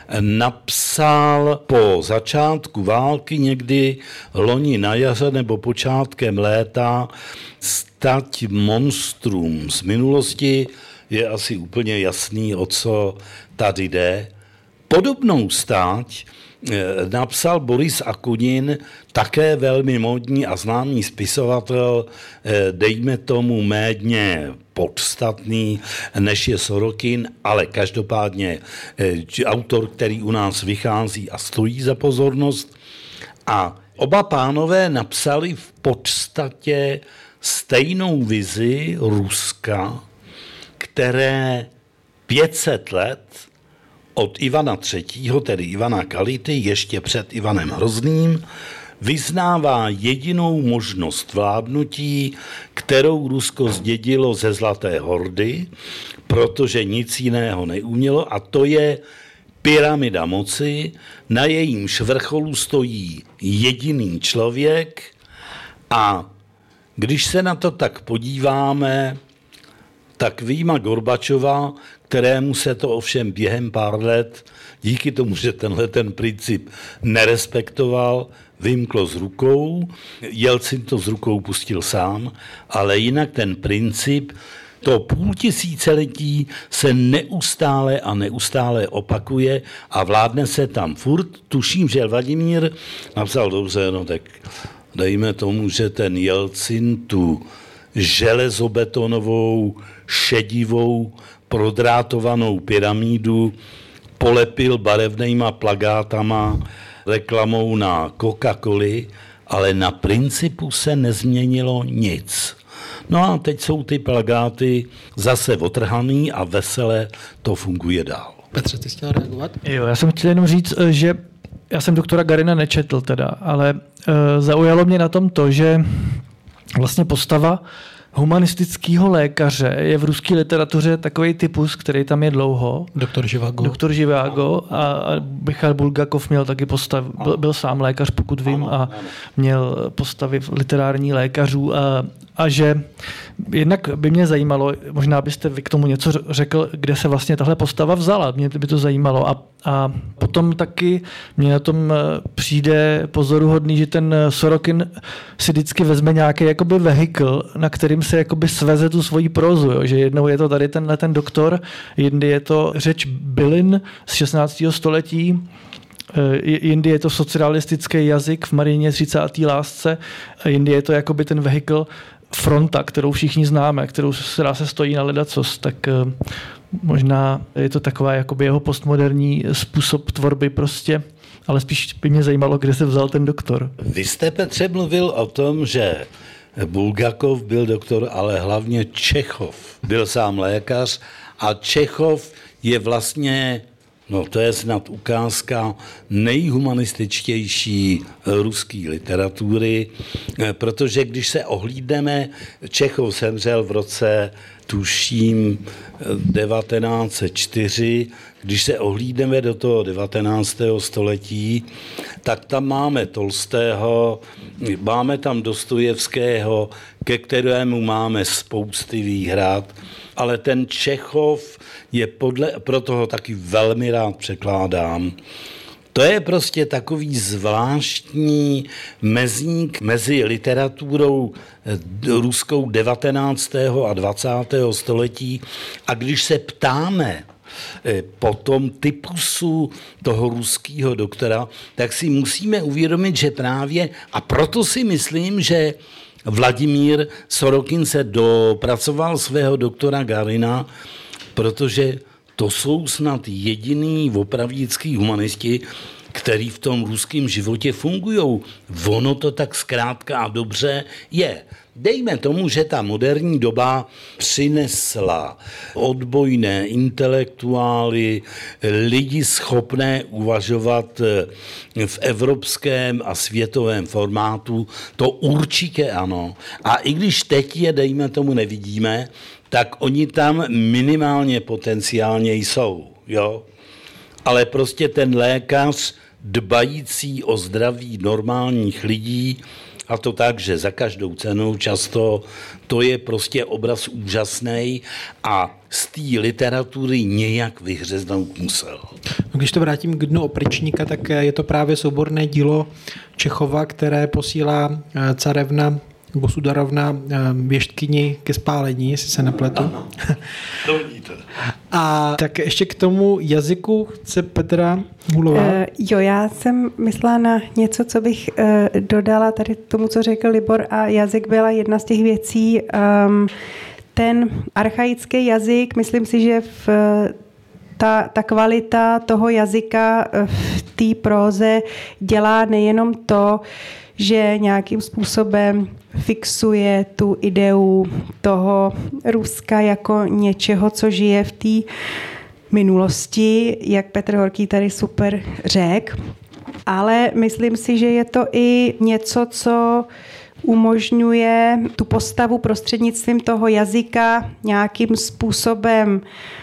napsal po začátku války někdy loni na jaře nebo počátkem léta stať monstrum z minulosti. Je asi úplně jasný, o co tady jde. Podobnou stať napsal Boris Akunin, také velmi módní a známý spisovatel, dejme tomu méně podstatný, než je Sorokin, ale každopádně autor, který u nás vychází a stojí za pozornost. A oba pánové napsali v podstatě stejnou vizi Ruska, které 500 let od Ivana III., tedy Ivana Kality, ještě před Ivanem Hrozným, vyznává jedinou možnost vládnutí, kterou Rusko zdědilo ze Zlaté hordy, protože nic jiného neumělo, a to je pyramida moci, na jejímž vrcholu stojí jediný člověk. A když se na to tak podíváme, tak vyjma Gorbačova, kterému se to ovšem během pár let, díky tomu, že ten princip nerespektoval, vymklo z rukou. Jelcin to z rukou pustil sám, ale jinak ten princip, to půltisíciletí se neustále a neustále opakuje a vládne se tam furt. Tuším, že Vladimír napsal dobře, no tak dejme tomu, že ten Jelcin tu železobetonovou, šedivou, prodrátovanou pyramidu polepil barevnýma plagátama, reklamou na Coca-Coli, ale na principu se nezměnilo nic. No a teď jsou ty plagáty zase otrhaný a vesele to funguje dál. Petře, ty chtěl reagovat? Jo, já jsem chtěl jenom říct, že já jsem doktora Garina nečetl teda, ale zaujalo mě na tom to, že vlastně postava humanistického lékaře je v ruské literatuře takový typus, který tam je dlouho. Doktor Živago a Michal Bulgakov měl taky byl sám lékař, pokud vím, a měl postavy literární lékařů a že jednak by mě zajímalo, možná byste vy k tomu něco řekl, kde se vlastně tahle postava vzala, mě by to zajímalo a potom taky mě na tom přijde pozoruhodný, že ten Sorokin si vždycky vezme nějaký jakoby vehikl, na kterým se jakoby sveze tu svoji prózu, jo? Že jednou je to tady ten doktor, jindy je to řeč bylin z 16. století, jindy je to socialistický jazyk v Mariině 30. lásce, jindy je to jakoby ten vehikl fronta, kterou všichni známe, která se stojí na ledacos, tak možná je to taková jakoby jeho postmoderní způsob tvorby prostě, ale spíš by mě zajímalo, kde se vzal ten doktor. Vy jste, Petře, mluvil o tom, že Bulgakov byl doktor, ale hlavně Čechov byl sám lékař a Čechov je vlastně, no to je snad ukázka nejhumanističtější ruské literatury, protože když se ohlídneme, Čechov zemřel v roce, tuším, 1904, když se ohlídeme do toho 19. století, tak tam máme Tolstého, máme tam Dostojevského, ke kterému máme spousty výhrad, ale ten Čechov je proto ho taky velmi rád překládám. To je prostě takový zvláštní mezník mezi literaturou ruskou 19. a 20. století. A když se ptáme po tom typusu toho ruského doktora, tak si musíme uvědomit, že právě, a proto si myslím, že Vladimír Sorokin se dopracoval svého doktora Garina, protože to jsou snad jediný opravdický humanisti, který v tom ruském životě fungují. Ono to tak zkrátka a dobře je. Dejme tomu, že ta moderní doba přinesla odbojné intelektuály, lidi schopné uvažovat v evropském a světovém formátu, to určitě ano. A i když teď je, dejme tomu, nevidíme, tak oni tam minimálně potenciálně jsou. Jo? Ale prostě ten lékař dbající o zdraví normálních lidí, a to tak, že za každou cenu často to je prostě obraz úžasný a z té literatury nějak vyhřeznout musel. Když to vrátím k Dnu opričníka, tak je to právě souborné dílo Čechova, které posílá carevna Bosudarovna věštkyni ke spálení, jestli se nepletu. Ano, to vidíte. A tak ještě k tomu jazyku chce Petra Hůlová. Jo, já jsem myslela na něco, co bych dodala tady tomu, co řekl Libor, a jazyk byla jedna z těch věcí. Ten archaický jazyk, myslím si, že ta kvalita toho jazyka v té próze dělá nejenom to, že nějakým způsobem fixuje tu ideu toho Ruska jako něčeho, co žije v té minulosti, jak Petr Horký tady super řekl, ale myslím si, že je to i něco, co umožňuje tu postavu prostřednictvím toho jazyka nějakým způsobem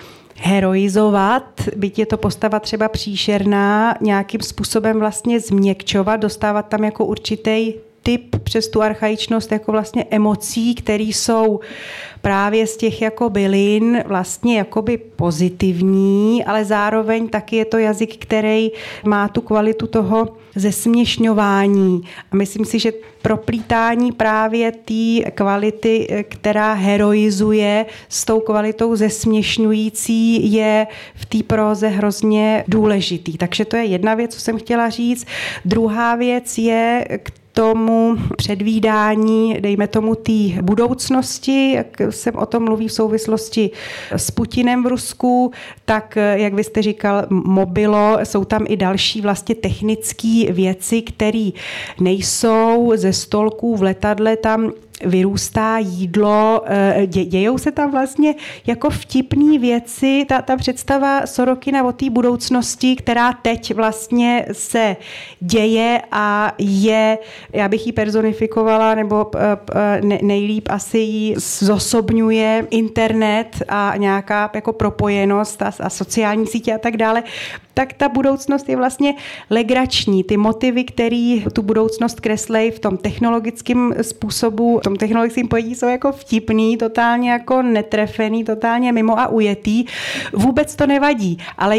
heroizovat, byť je to postava třeba příšerná, nějakým způsobem vlastně změkčovat, dostávat tam jako určitý typ přes tu archaičnost jako vlastně emocí, které jsou právě z těch jako bylin vlastně jakoby pozitivní, ale zároveň taky je to jazyk, který má tu kvalitu toho zesměšňování. A myslím si, že proplítání právě té kvality, která heroizuje, s tou kvalitou zesměšňující, je v té próze hrozně důležitý. Takže to je jedna věc, co jsem chtěla říct. Druhá věc je k tomu předvídání, dejme tomu té budoucnosti, jak jsem o tom mluví v souvislosti s Putinem v Rusku, tak, jak vy jste říkal, mobilo, jsou tam i další vlastně technické věci, které nejsou ze stolků v letadle, tam vyrůstá jídlo, dějou se tam vlastně jako vtipný věci, ta představa Sorokina o té budoucnosti, která teď vlastně se děje a je, já bych ji personifikovala, nebo nejlíp asi ji zosobňuje internet a nějaká jako propojenost a sociální sítě a tak dále, tak ta budoucnost je vlastně legrační. Ty motivy, které tu budoucnost kreslej v tom technologickém způsobu, v tom technologickém pojetí jsou jako vtipný, totálně jako netrefený, totálně mimo a ujetý. Vůbec to nevadí, ale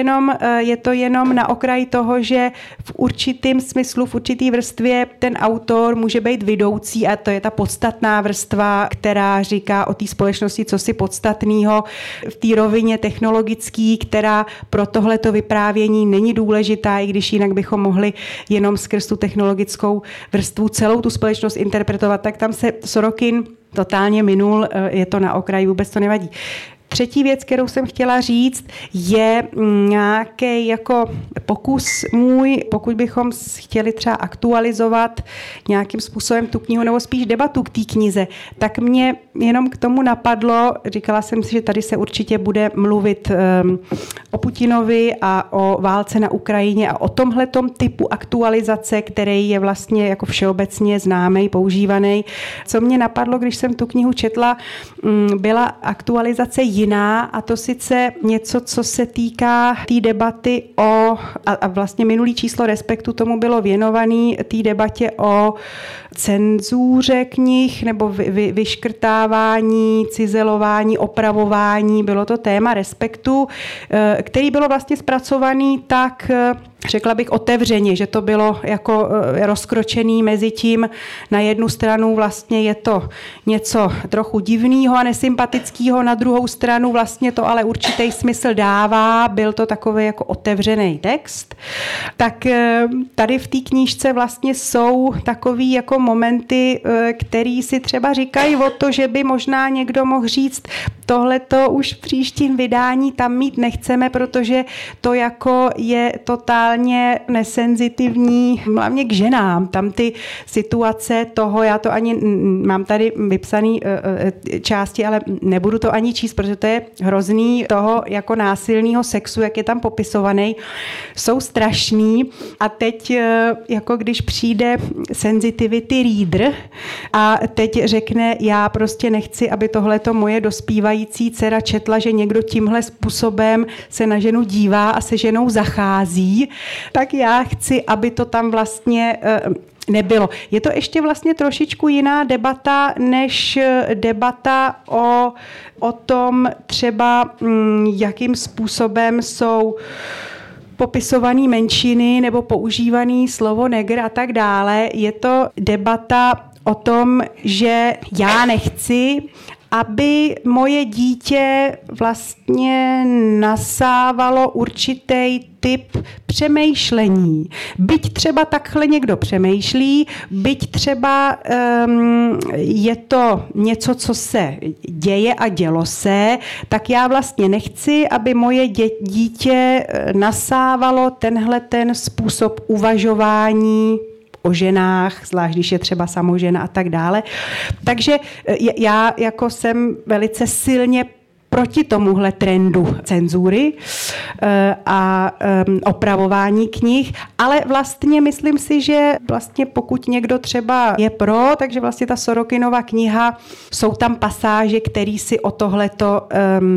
je to jenom na okraji toho, že v určitém smyslu, v určitý vrstvě ten autor může být vidoucí a to je ta podstatná vrstva, která říká o té společnosti cosi podstatného v té rovině technologický, která pro tohleto vyprávění není důležitá, i když jinak bychom mohli jenom skrz tu technologickou vrstvu celou tu společnost interpretovat, tak tam se Sorokin totálně minul, je to na okraji, vůbec to nevadí. Třetí věc, kterou jsem chtěla říct, je nějaký jako pokus můj, pokud bychom chtěli třeba aktualizovat nějakým způsobem tu knihu, nebo spíš debatu k té knize, tak mě jenom k tomu napadlo, říkala jsem si, že tady se určitě bude mluvit o Putinovi a o válce na Ukrajině a o tomhletom typu aktualizace, který je vlastně jako všeobecně známý, používaný. Co mě napadlo, když jsem tu knihu četla, byla aktualizace jiná, a to sice něco, co se týká té debaty a vlastně minulý číslo Respektu tomu bylo věnovaný té debatě o cenzuře knih nebo vyškrtávání, cizelování, opravování. Bylo to téma Respektu, který bylo vlastně zpracovaný tak, řekla bych otevřeně, že to bylo jako rozkročený mezi tím. Na jednu stranu vlastně je to něco trochu divného a nesympatického, na druhou stranu vlastně to ale určitý smysl dává, byl to takový jako otevřený text. Tak tady v té knížce vlastně jsou takový jako momenty, který si třeba říkají o to, že by možná někdo mohl říct, tohleto už v příštím vydání tam mít nechceme, protože to jako je totálně nesenzitivní, hlavně k ženám. Tam ty situace toho, já to ani mám tady vypsaný části, ale nebudu to ani číst, protože to je hrozný, toho jako násilného sexu, jak je tam popisovaný, jsou strašný. A teď jako když přijde sensitivity reader a teď řekne, já prostě nechci, aby tohleto moje dospívající dcera četla, že někdo tímhle způsobem se na ženu dívá a se ženou zachází, tak já chci, aby to tam vlastně nebylo. Je to ještě vlastně trošičku jiná debata, než debata o tom třeba, jakým způsobem jsou popisované menšiny nebo používané slovo negr a tak dále. Je to debata o tom, že já nechci, aby moje dítě vlastně nasávalo určitý typ přemýšlení. Byť třeba takhle někdo přemýšlí, byť třeba je to něco, co se děje a dělo se, tak já vlastně nechci, aby moje dítě nasávalo tenhle ten způsob uvažování o ženách, zvlášť když je třeba samožena a tak dále. Takže já jako jsem velice silně proti tomuhle trendu cenzury a opravování knih, ale vlastně myslím si, že vlastně pokud někdo třeba je pro, takže vlastně ta Sorokinova kniha, jsou tam pasáže, které si o tohleto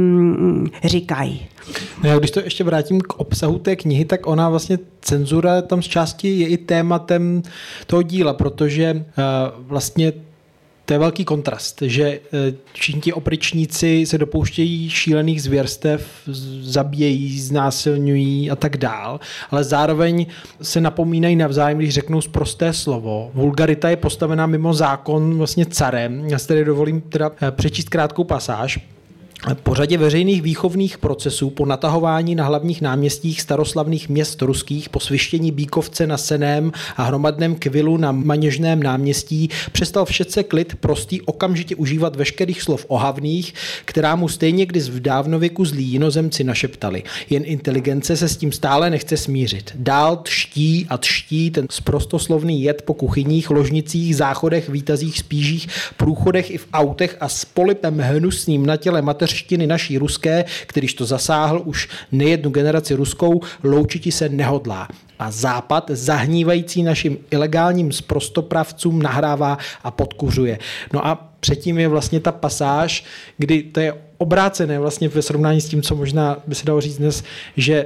říkají. No já když to ještě vrátím k obsahu té knihy, tak ona vlastně cenzura tam z části je i tématem toho díla, protože vlastně to je velký kontrast, že všichni ti opričníci se dopouštějí šílených zvěrstev, zabíjejí, znásilňují a tak dál, ale zároveň se napomínají navzájem, když řeknou sprosté slovo. Vulgarita je postavená mimo zákon vlastně carem. Já si tady dovolím teda přečíst krátkou pasáž. Po řadě veřejných výchovných procesů, po natahování na hlavních náměstích staroslavných měst ruských, po svištění bíkovce na Seném a hromadném kvilu na Maněžném náměstí, přestal všetce klid prostý okamžitě užívat veškerých slov ohavných, která mu stejně když v dávnověku zlí jinozemci našeptali. Jen inteligence se s tím stále nechce smířit. Dál tští a tští ten sprostoslovný jed po kuchyních, ložnicích, záchodech, výtazích, spížích, průchodech i v autech a s polipem hnusným na těle mateřštiny naší ruské, když to zasáhl už nejednu generaci ruskou, loučiti se nehodlá. A Západ, zahnívající našim ilegálním sprostopravcům, nahrává a podkuřuje. No a předtím je vlastně ta pasáž, kdy to je obrácené vlastně ve srovnání s tím, co možná by se dalo říct dnes, že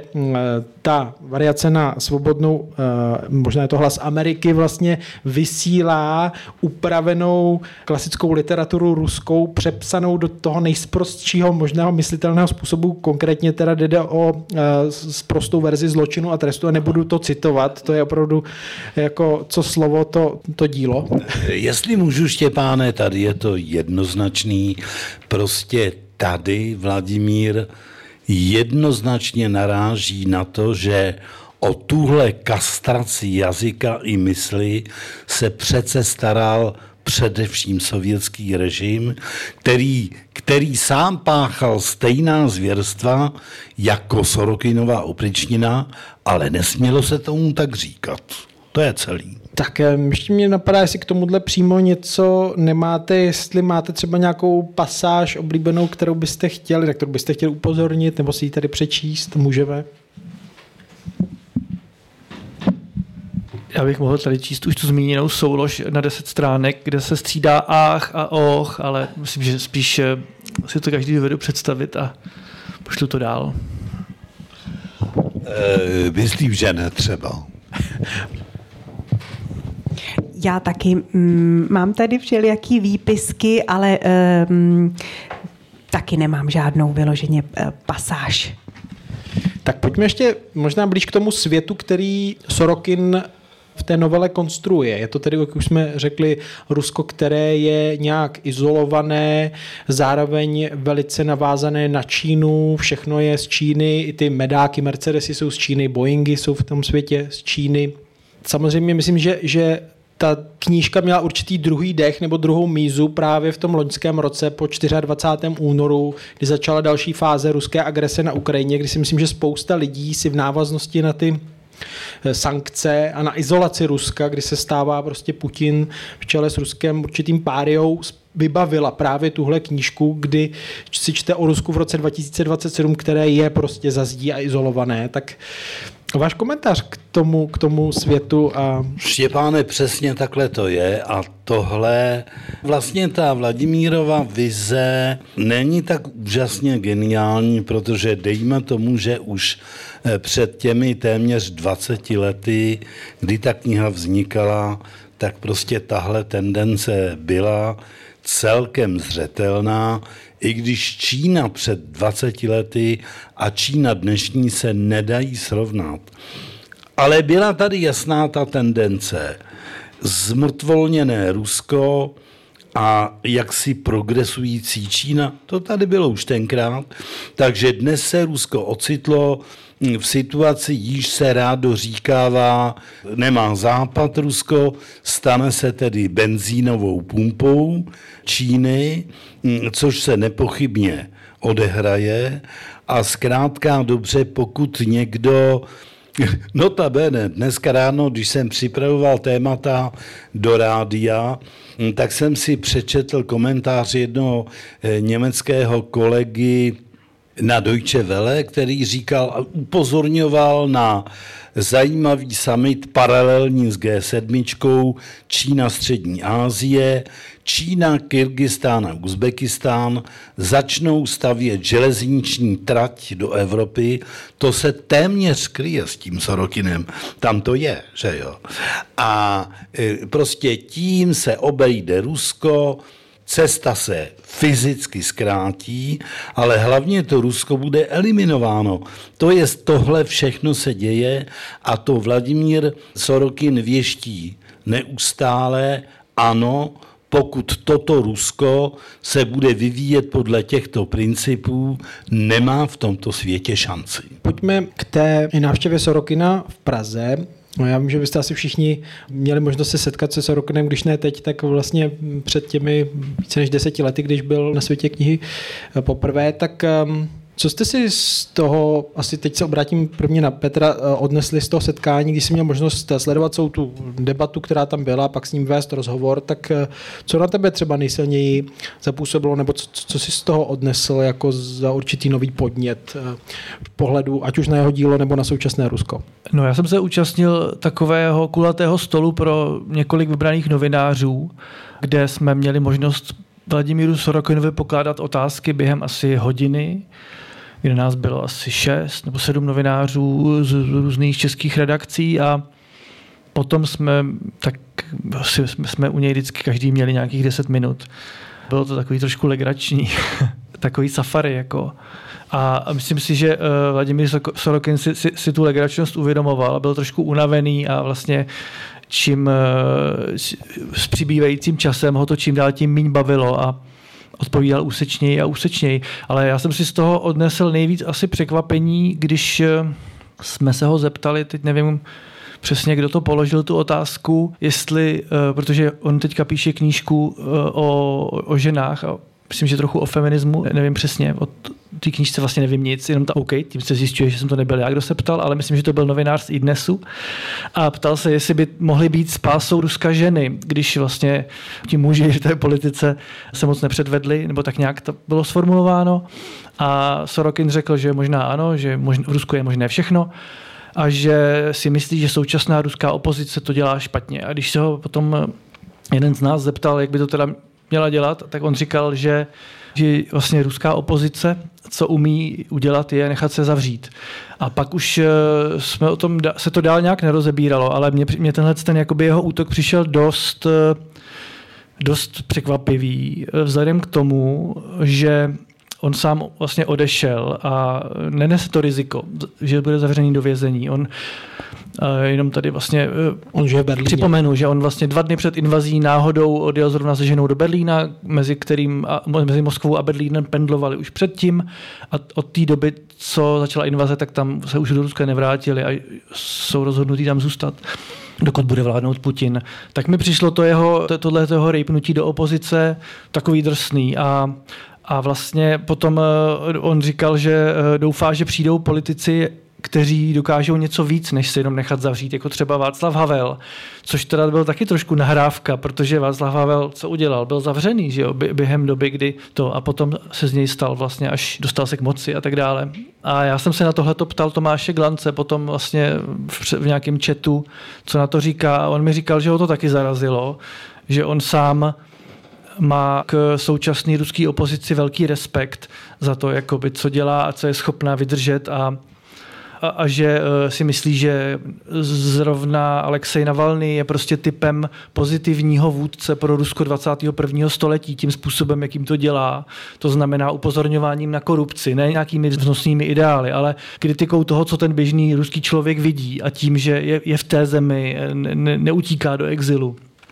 ta variace na svobodnou, možná je to Hlas Ameriky, vlastně vysílá upravenou klasickou literaturu ruskou, přepsanou do toho nejsprostšího možného myslitelného způsobu. Konkrétně teda jde o sprostou verzi zločinu a trestu a nebudu to citovat, to je opravdu jako co slovo to dílo. Jestli můžu, Štěpáne, tady je to jednoznačný, prostě tady Vladimír jednoznačně naráží na to, že o tuhle kastraci jazyka i mysli se přece staral především sovětský režim, který sám páchal stejná zvěrstva jako Sorokinova opričnina, ale nesmělo se tomu tak říkat. To je celý. Tak ještě mě napadá, jestli k tomuhle přímo něco nemáte, jestli máte třeba nějakou pasáž oblíbenou, kterou byste chtěli, na kterou byste chtěli upozornit, nebo si ji tady přečíst, můžeme? Já bych mohl tady číst už tu zmíněnou soulož na 10 stránek, kde se střídá ách a och, ale myslím, že spíš si to každý dovedu představit a pošlu to dál. Myslím, že ne třeba. Já taky mám tady všelijaký výpisky, ale taky nemám žádnou vyloženě pasáž. Tak pojďme ještě možná blíž k tomu světu, který Sorokin v té novele konstruuje. Je to tedy, jak už jsme řekli, Rusko, které je nějak izolované, zároveň velice navázané na Čínu, všechno je z Číny, i ty medáky, Mercedesy jsou z Číny, Boeingy jsou v tom světě z Číny. Samozřejmě myslím, že ta knížka měla určitý druhý dech nebo druhou mízu právě v tom loňském roce po 24. únoru, kdy začala další fáze ruské agrese na Ukrajině, kdy si myslím, že spousta lidí si v návaznosti na ty sankce a na izolaci Ruska, kdy se stává prostě Putin v čele s Ruskem určitým páriou, vybavila právě tuhle knížku, kdy si čte o Rusku v roce 2027, které je prostě za zdí a izolované. Tak váš komentář k tomu světu a... Štěpáne, přesně takhle to je a tohle vlastně ta Vladimírova vize není tak úžasně geniální, protože dejme tomu, že už před těmi téměř 20 lety, kdy ta kniha vznikala, tak prostě tahle tendence byla celkem zřetelná, i když Čína před 20 lety a Čína dnešní se nedají srovnat. Ale byla tady jasná ta tendence. zmrtvolněné Rusko a jaksi progresující Čína. To tady bylo už tenkrát. Takže dnes se Rusko ocitlo v situaci, již se rádo říkává, nemá západ Rusko, stane se tedy benzínovou pumpou Číny, což se nepochybně odehraje a zkrátka dobře, pokud někdo, notabene, dneska ráno, když jsem připravoval témata do rádia, tak jsem si přečetl komentář jednoho německého kolegy na Deutsche Welle, který říkal a upozorňoval na zajímavý summit paralelní s G7, Čína, Střední Asie, Čína, Kyrgyzstán a Uzbekistán začnou stavět železniční trať do Evropy. To se téměř kryje s tím Sorokinem. Tam to je, že jo. A prostě tím se obejde Rusko, cesta se fyzicky zkrátí, ale hlavně to Rusko bude eliminováno. To je, tohle všechno se děje a to Vladimír Sorokin věští neustále, ano, pokud toto Rusko se bude vyvíjet podle těchto principů, nemá v tomto světě šanci. Pojďme k té návštěvě Sorokina v Praze. No já vím, že byste asi všichni měli možnost se setkat se Sorokinem, když ne teď, tak vlastně před těmi více než 10 lety, když byl na Světě knihy poprvé, tak co jste si z toho, asi teď se obrátím prvně na Petra, odnesli z toho setkání, když jsi měl možnost sledovat celou tu debatu, která tam byla, pak s ním vést rozhovor, tak co na tebe třeba nejsilněji zapůsobilo, nebo co jsi z toho odnesl jako za určitý nový podnět v pohledu, ať už na jeho dílo, nebo na současné Rusko? No, já jsem se účastnil takového kulatého stolu pro několik vybraných novinářů, kde jsme měli možnost Vladimíru Sorokinovi pokládat otázky během asi hodiny, kde nás bylo asi 6 nebo 7 novinářů z různých českých redakcí a potom jsme u něj vždycky každý měli nějakých 10 minut. Bylo to takový trošku legrační, takový safari jako. A myslím si, že Vladimír Sorokin si tu legračnost uvědomoval a byl trošku unavený a vlastně čím s přibývajícím časem ho to čím dál tím míň bavilo a odpovídal úsečněji a úsečněji. Ale já jsem si z toho odnesl nejvíc asi překvapení, když jsme se ho zeptali, teď nevím přesně, kdo to položil tu otázku, jestli, protože on teďka píše knížku o ženách a myslím, že trochu o feminismu, nevím přesně, o té knížce vlastně nevím nic, jenom OK, tím se zjišťuje, že jsem to nebyl já, kdo se ptal, ale myslím, že to byl novinář z iDnesu a ptal se, jestli by mohly být spásou Ruska ženy, když vlastně ti muži v té politice se moc nepředvedli, nebo tak nějak to bylo sformulováno a Sorokin řekl, že možná ano, že v Rusku je možné všechno a že si myslí, že současná ruská opozice to dělá špatně. A když se ho potom jeden z nás zeptal, jak by to teda měla dělat, tak on říkal, že vlastně ruská opozice, co umí udělat, je nechat se zavřít. A pak už jsme o tom, se to dál nějak nerozebíralo, ale mě tenhle jakoby jeho útok přišel dost překvapivý, vzhledem k tomu, že on sám vlastně odešel a nenese to riziko, že bude zavřený do vězení. On jenom tady vlastně připomenu, že on vlastně 2 dny před invazí náhodou odjel zrovna se ženou do Berlína, mezi Moskvou a Berlínem pendlovali už předtím a od té doby, co začala invaze, tak tam se už do Ruska nevrátili a jsou rozhodnutí tam zůstat, dokud bude vládnout Putin. Tak mi přišlo tohle rejpnutí do opozice takový drsný a vlastně potom on říkal, že doufá, že přijdou politici, kteří dokážou něco víc, než se jenom nechat zavřít, jako třeba Václav Havel, což teda byl taky trošku nahrávka, protože Václav Havel co udělal? Byl zavřený, že jo, během doby, kdy to a potom se z něj stal vlastně, až dostal se k moci a tak dále. A já jsem se na tohleto ptal Tomáše Glance, potom vlastně v nějakém chatu, co na to říká, a on mi říkal, že ho to taky zarazilo, že on sám má k současné ruské opozici velký respekt za to, jakoby, co dělá a co je schopná vydržet a že si myslí, že zrovna Alexej Navalny je prostě typem pozitivního vůdce pro Rusko 21. století tím způsobem, jakým to dělá. To znamená upozorňováním na korupci, ne nějakými vznosnými ideály, ale kritikou toho, co ten běžný ruský člověk vidí a tím, že je v té zemi, neutíká do exilu.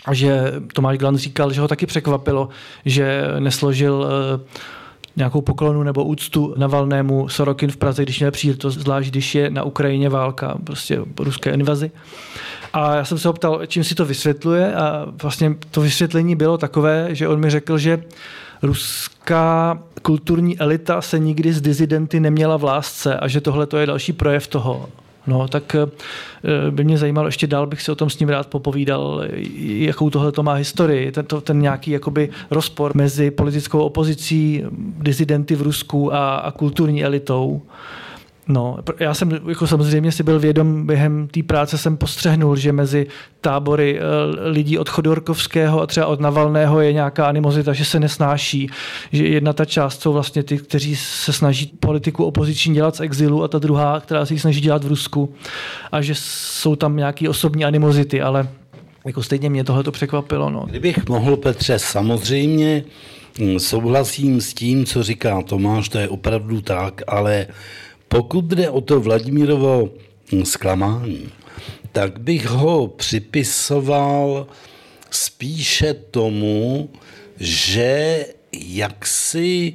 A že Tomáš Glant říkal, že ho taky překvapilo, že nesložil nějakou poklonu nebo úctu Navalnému Sorokin v Praze, když měl příležitost, zvlášť když je na Ukrajině válka, prostě ruské invazi. A já jsem se ho ptal, čím si to vysvětluje, a vlastně to vysvětlení bylo takové, že on mi řekl, že ruská kulturní elita se nikdy s dizidenty neměla v lásce a že tohle to je další projev toho. No, tak by mě zajímalo, ještě dál bych si o tom s ním rád popovídal, jakou tohle to má historii, ten nějaký jakoby rozpor mezi politickou opozicí, dizidenty v Rusku a kulturní elitou. No, já jsem jako samozřejmě si byl vědom, během té práce jsem postřehnul, že mezi tábory lidí od Chodorkovského a třeba od Navalného je nějaká animozita, že se nesnáší, že jedna ta část jsou vlastně ty, kteří se snaží politiku opoziční dělat z exilu a ta druhá, která se ji snaží dělat v Rusku a že jsou tam nějaké osobní animozity, ale jako stejně mě tohle to překvapilo. No. Kdybych mohl, Petře, samozřejmě souhlasím s tím, co říká Tomáš, to je opravdu tak, ale pokud jde o to Vladimírovo zklamání, tak bych ho připisoval spíše tomu, že jaksi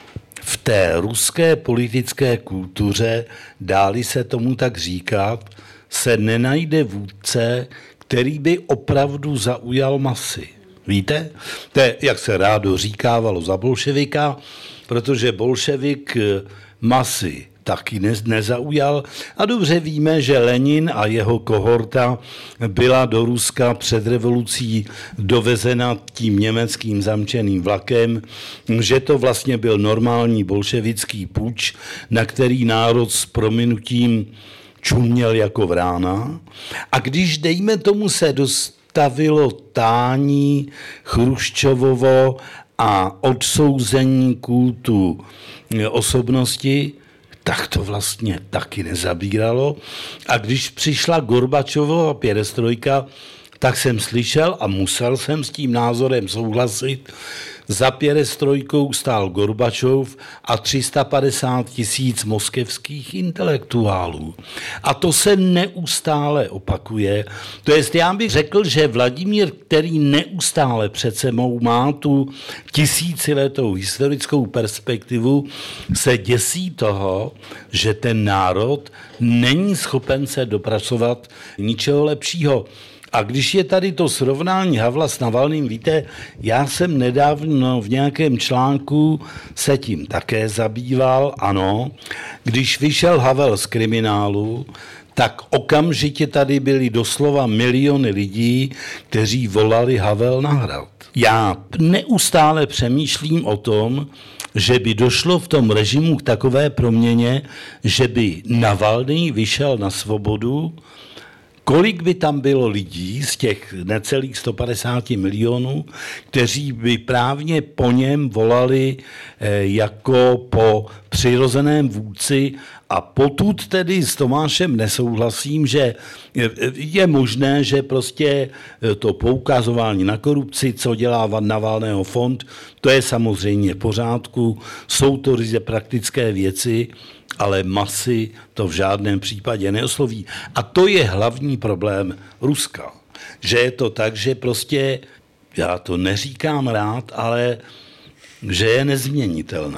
v té ruské politické kultuře, dáli se tomu tak říkat, se nenajde vůdce, který by opravdu zaujal masy. Víte? To je, jak se rádo říkávalo za bolševika, protože bolševik masy taky nezaujal. A dobře víme, že Lenin a jeho kohorta byla do Ruska před revolucí dovezena tím německým zamčeným vlakem, že to vlastně byl normální bolševický puč, na který národ s prominutím čuměl jako vrána. A když, dejme tomu, se dostavilo tání Chruščovovo a odsouzení kultu osobnosti, tak to vlastně taky nezabíralo. A když přišla Gorbačovova perestrojka, tak jsem slyšel a musel jsem s tím názorem souhlasit. Za perestrojkou stál Gorbačov a 350 000 moskevských intelektuálů. A to se neustále opakuje. To jest, já bych řekl, že Vladimír, který neustále před sebou má tu tisíciletou historickou perspektivu, se děsí toho, že ten národ není schopen se dopracovat ničeho lepšího. A když je tady to srovnání Havla s Navalným, víte, já jsem nedávno v nějakém článku se tím také zabýval, ano. Když vyšel Havel z kriminálu, tak okamžitě tady byly doslova miliony lidí, kteří volali Havel na hrad. Já neustále přemýšlím o tom, že by došlo v tom režimu k takové proměně, že by Navalný vyšel na svobodu. Kolik by tam bylo lidí z těch necelých 150 milionů, kteří by právě po něm volali jako po přirozeném vůdci, a potud tedy s Tomášem nesouhlasím, že je možné, že prostě to poukazování na korupci, co dělá Navalného fond, to je samozřejmě v pořádku, jsou to ryze praktické věci, ale masy to v žádném případě neosloví. A to je hlavní problém Ruska. Že je to tak, že prostě, já to neříkám rád, ale že je nezměnitelné.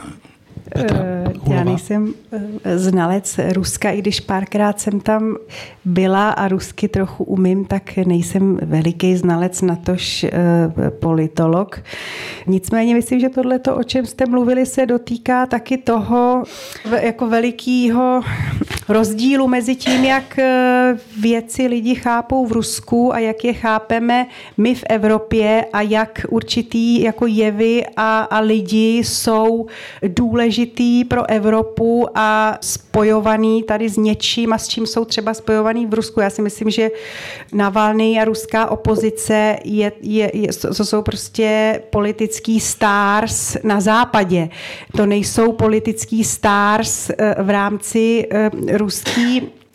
Já nejsem znalec Ruska, i když párkrát jsem tam byla a rusky trochu umím, tak nejsem veliký znalec, natož politolog. Nicméně myslím, že tohleto, o čem jste mluvili, se dotýká taky toho jako velikého rozdílu mezi tím, jak věci lidi chápou v Rusku a jak je chápeme my v Evropě a jak určitý jako jevy a lidi jsou důležitý pro Evropu a spojovaný tady s něčím a s čím jsou třeba spojovaný v Rusku. Já si myslím, že Navalný a ruská opozice to jsou prostě politický stars na západě. To nejsou politický stars v rámci ruské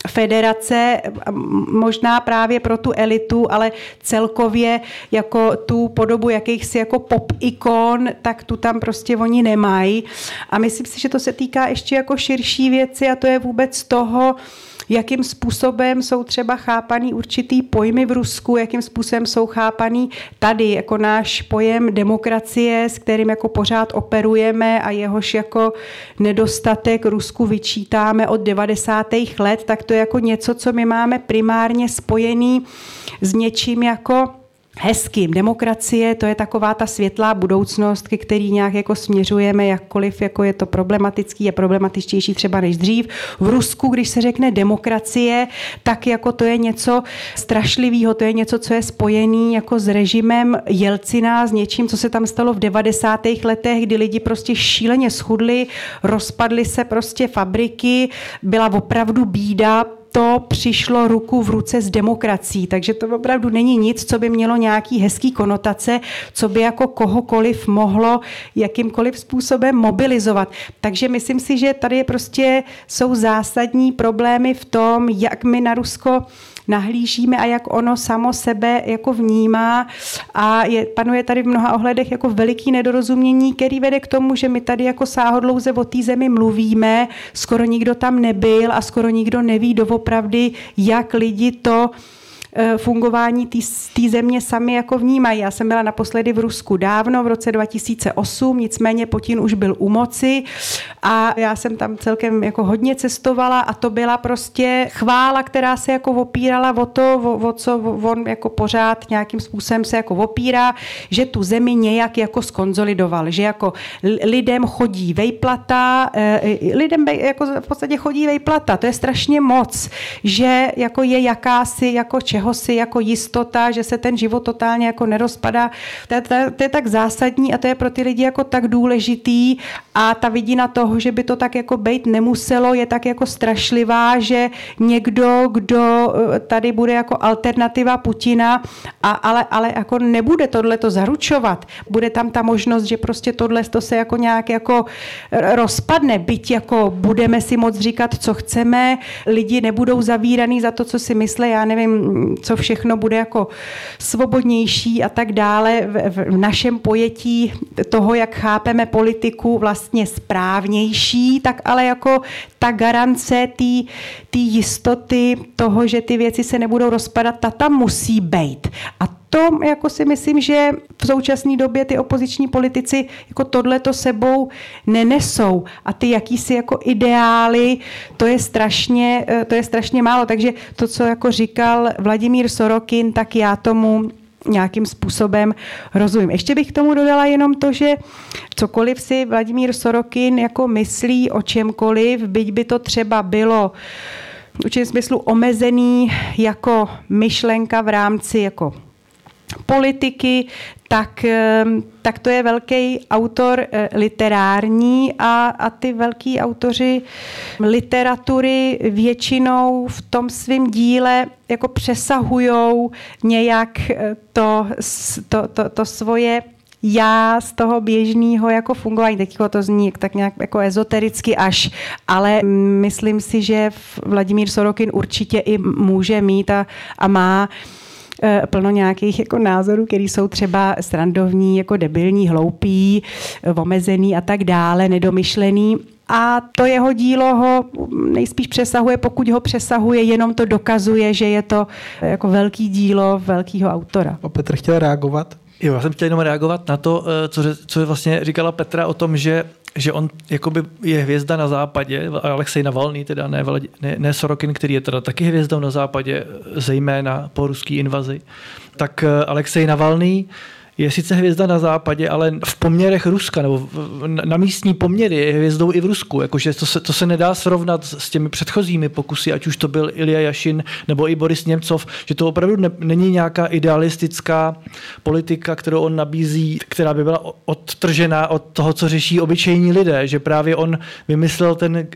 federace, možná právě pro tu elitu, ale celkově jako tu podobu jakýchsi jako pop ikon, tak tu tam prostě oni nemají. A myslím si, že to se týká ještě jako širší věci a to je vůbec toho, jakým způsobem jsou třeba chápaný určitý pojmy v Rusku, jakým způsobem jsou chápaný tady jako náš pojem demokracie, s kterým jako pořád operujeme a jehož jako nedostatek Rusku vyčítáme od 90. let, tak to je jako něco, co my máme primárně spojený s něčím jako hezkým. Demokracie, to je taková ta světlá budoucnost, ke který nějak jako směřujeme, jakkoliv jako je to problematický a problematičtější třeba než dřív. V Rusku, když se řekne demokracie, tak jako to je něco strašlivého, to je něco, co je spojený jako s režimem Jelcina, s něčím, co se tam stalo v 90. letech, kdy lidi prostě šíleně schudli, rozpadly se prostě fabriky, byla opravdu bída, to přišlo ruku v ruce s demokracií, takže to opravdu není nic, co by mělo nějaký hezký konotace, co by jako kohokoliv mohlo jakýmkoliv způsobem mobilizovat. Takže myslím si, že tady prostě jsou zásadní problémy v tom, jak my na Rusko nahlížíme a jak ono samo sebe jako vnímá a panuje tady v mnoha ohledech jako veliký nedorozumění, který vede k tomu, že my tady jako sáhodlouze o té zemi mluvíme, skoro nikdo tam nebyl a skoro nikdo neví doopravdy, jak lidi to fungování té země sami jako vnímají. Já jsem byla naposledy v Rusku dávno, v roce 2008, nicméně Putin už byl u moci a já jsem tam celkem jako hodně cestovala a to byla prostě chvála, která se jako opírala o to, o co on jako pořád nějakým způsobem se jako opírá, že tu zemi nějak jako skonzolidoval, že jako lidem chodí vejplata, lidem jako v podstatě chodí vejplata, to je strašně moc, že jako je jakási jako si jako jistota, že se ten život totálně jako nerozpadá. To je tak zásadní a to je pro ty lidi jako tak důležitý a ta vidina toho, že by to tak jako bejt nemuselo, je tak jako strašlivá, že někdo, kdo tady bude jako alternativa Putina, ale jako nebude tohleto zaručovat. Bude tam ta možnost, že prostě tohle to se jako nějak jako rozpadne, byť jako budeme si moc říkat, co chceme, lidi nebudou zavíraný za to, co si myslí, já nevím, co všechno bude jako svobodnější a tak dále v našem pojetí toho, jak chápeme politiku vlastně správnější, tak ale jako ta garance té jistoty toho, že ty věci se nebudou rozpadat, ta tam musí bejt. A to jako si myslím, že v současné době ty opoziční politici jako tohleto sebou nenesou a ty jakýsi jako ideály, to je strašně málo. Takže to, co jako říkal Vladimír Sorokin, tak já tomu nějakým způsobem rozumím. Ještě bych k tomu dodala jenom to, že cokoliv si Vladimír Sorokin jako myslí o čemkoliv, byť by to třeba bylo v určitém smyslu omezený jako myšlenka v rámci jako politiky, tak to je velký autor literární a ty velký autoři literatury většinou v tom svém díle jako přesahujou nějak to svoje já z toho běžného jako fungování, teďko to zní tak nějak jako ezotericky až, ale myslím si, že Vladimír Sorokin určitě i může mít a má plno nějakých jako názorů, které jsou třeba srandovní, jako debilní, hloupý, omezený a tak dále, nedomyšlený. A to jeho dílo ho nejspíš přesahuje, pokud ho přesahuje, jenom to dokazuje, že je to jako velký dílo velkýho autora. Petr chtěl reagovat? Jo, já jsem chtěl jenom reagovat na to, co vlastně říkala Petra o tom, že on jakoby je hvězda na západě, Alexej Navalný, teda ne Sorokin, který je teda taky hvězdou na západě, zejména po ruské invazi. Tak Alexej Navalný je sice hvězda na západě, ale v poměrech Ruska, nebo na místní poměry je hvězdou i v Rusku. Jakože to se nedá srovnat s těmi předchozími pokusy, ať už to byl Ilja Jašin nebo i Boris Němcov, že to opravdu není nějaká idealistická politika, kterou on nabízí, která by byla odtržená od toho, co řeší obyčejní lidé. Že právě on vymyslel ten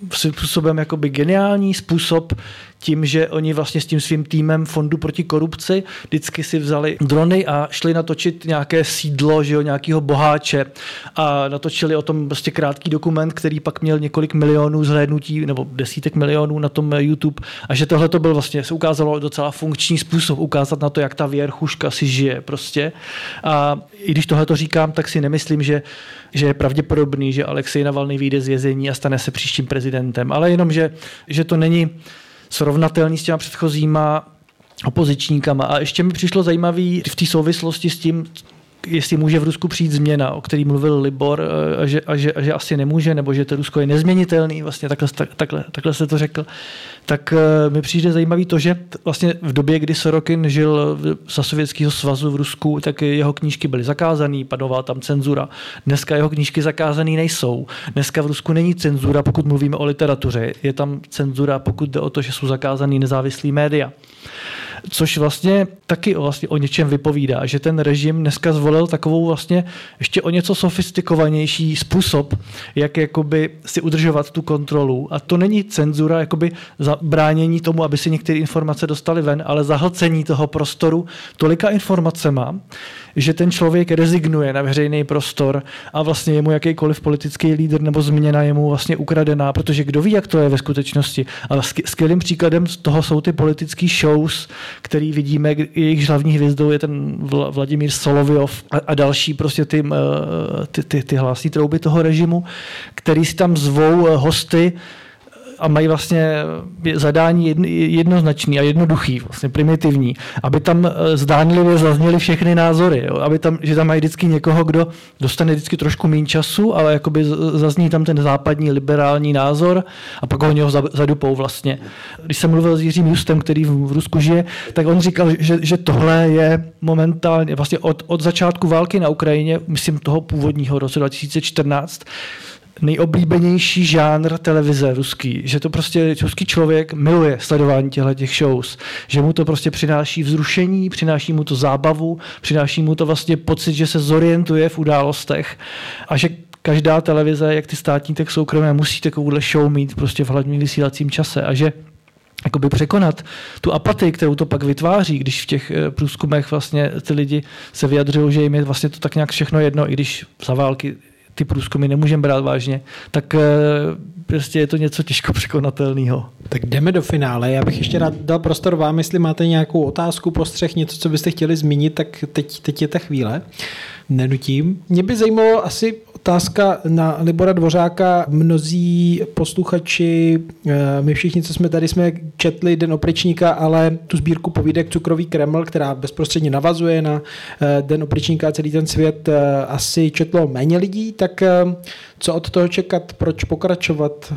způsobem jakoby geniální způsob tím, že oni vlastně s tím svým týmem Fondu proti korupci vždycky si vzali drony a šli natočit nějaké sídlo, že jo, nějakého boháče a natočili o tom prostě krátký dokument, který pak měl několik milionů zhlédnutí nebo desítek milionů na tom YouTube a že tohle to byl vlastně, se ukázalo docela funkční způsob ukázat na to, jak ta věrchuška si žije prostě. A i když tohle to říkám, tak si nemyslím, že je pravděpodobný, že Alexej Navalnyj vyjde z vězení a stane se příštím prezidentem, ale jenom, že to není srovnatelný s těma předchozíma opozičníkama. A ještě mi přišlo zajímavý v té souvislosti s tím, jestli může v Rusku přijít změna, o který mluvil Libor, a že asi nemůže, nebo že to Rusko je nezměnitelný, vlastně takhle se to řekl, tak mi přijde zajímavý to, že vlastně v době, kdy Sorokin žil za Sovětského svazu v Rusku, tak jeho knížky byly zakázané, panovala tam cenzura. Dneska jeho knížky zakázané nejsou. Dneska v Rusku není cenzura, pokud mluvíme o literatuře. Je tam cenzura, pokud jde o to, že jsou zakázané nezávislý média. Což vlastně taky vlastně o něčem vypovídá, že ten režim dneska zvolil takovou vlastně ještě o něco sofistikovanější způsob, jak jakoby si udržovat tu kontrolu. A to není cenzura, jakoby zabránění tomu, aby si některé informace dostaly ven, ale zahlcení toho prostoru tolika informacema, že ten člověk rezignuje na veřejný prostor a vlastně je mu jakýkoliv politický lídr nebo změna je mu vlastně ukradená, protože kdo ví, jak to je ve skutečnosti. Ale skvělým příkladem z toho jsou ty politické shows, který vidíme, jejich hlavní hvězdou je ten Vladimír Solovyov a další prostě ty hlásní trouby toho režimu, který si tam zvou hosty a mají vlastně zadání jednoznačný a jednoduchý, vlastně primitivní, aby tam zdánlivě zazněly všechny názory, jo? Že tam mají vždycky někoho, kdo dostane vždycky trošku méně času, ale jakoby zazní tam ten západní liberální názor a pak ho zadupou vlastně. Když jsem mluvil s Jiřím Justem, který v Rusku žije, tak on říkal, že tohle je momentálně vlastně od začátku války na Ukrajině, myslím toho původního roce 2014, nejoblíbenější žánr televize ruský, že to prostě ruský člověk miluje sledování těch shows, že mu to prostě přináší vzrušení, přináší mu to zábavu, přináší mu to vlastně pocit, že se zorientuje v událostech a že každá televize, jak ty státní, tak soukromé, musí takovouhle show mít prostě v hlavním vysílacím čase a že jakoby překonat tu apatii, kterou to pak vytváří, když v těch průzkumech vlastně ty lidi se vyjadřují, že jim je vlastně to tak nějak všechno jedno, i když za války ty průzkumy nemůžeme brát vážně, tak prostě je to něco těžko překonatelného. Tak jdeme do finále. Já bych ještě rád dal prostor vám, jestli máte nějakou otázku, postřeh, něco, co byste chtěli zmínit, tak teď je ta chvíle. Nenutím. Mě by zajímalo asi otázka na Libora Dvořáka. Mnozí posluchači, my všichni, co jsme tady, jsme četli Den opričníka, ale tu sbírku povídek Cukrový Kreml, která bezprostředně navazuje na Den opričníka a celý ten svět, asi četlo méně lidí, tak co od toho čekat, proč pokračovat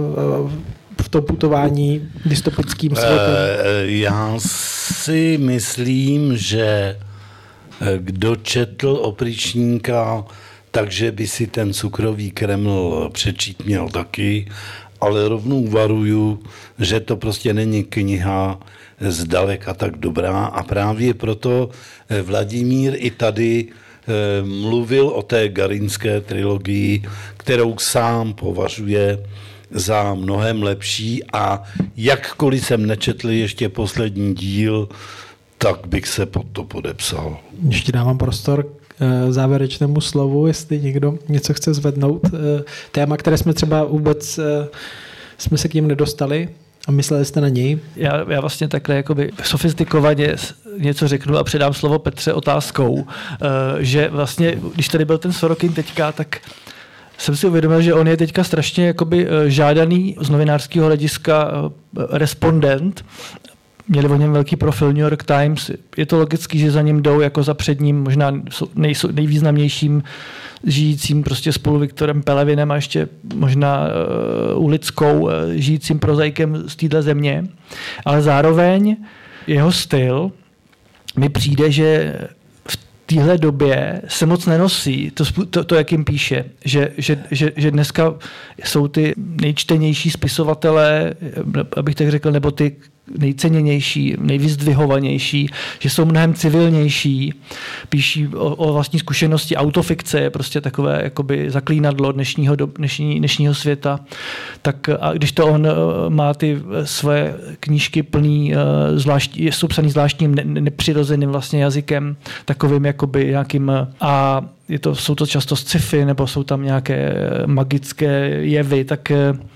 v tom putování dystopickým světem? Já si myslím, že kdo četl Opričníka, takže by si ten Cukrový Kreml přečít měl taky, ale rovnou varuju, že to prostě není kniha zdaleka tak dobrá a právě proto Vladimír i tady mluvil o té Garinské trilogii, kterou sám považuje za mnohem lepší a jakkoliv jsem nečetl ještě poslední díl, tak bych se pod to podepsal. Ještě dávám prostor k závěrečnému slovu, jestli někdo něco chce zvednout. Téma, které jsme třeba vůbec jsme se k ním nedostali a mysleli jste na něj. Já vlastně takhle jakoby sofistikovaně něco řeknu a předám slovo Petře otázkou, že vlastně, když tady byl ten Sorokin teďka, tak jsem si uvědomil, že on je teďka strašně jakoby žádaný z novinářského hlediska respondent. Měli o něm velký profil New York Times. Je to logický, že za ním jdou jako za předním, možná nejvýznamnějším žijícím prostě spolu Viktorem Pelevinem a ještě možná Ulickou žijícím prozaikem z téhle země. Ale zároveň jeho styl mi přijde, že v téhle době se moc nenosí to jak jim píše, že dneska jsou ty nejčtenější spisovatelé, abych tak řekl, nebo ty nejcenněnější, nejvyzdvihovanější, že jsou mnohem civilnější, píší o vlastní zkušenosti, autofikce je prostě takové jakoby zaklínadlo dnešního světa. Tak a když to on má ty své knížky plný, jsou psaný zvláštním nepřirozeným vlastně jazykem, takovým jakoby nějakým, a jsou to často sci-fi, nebo jsou tam nějaké magické jevy, tak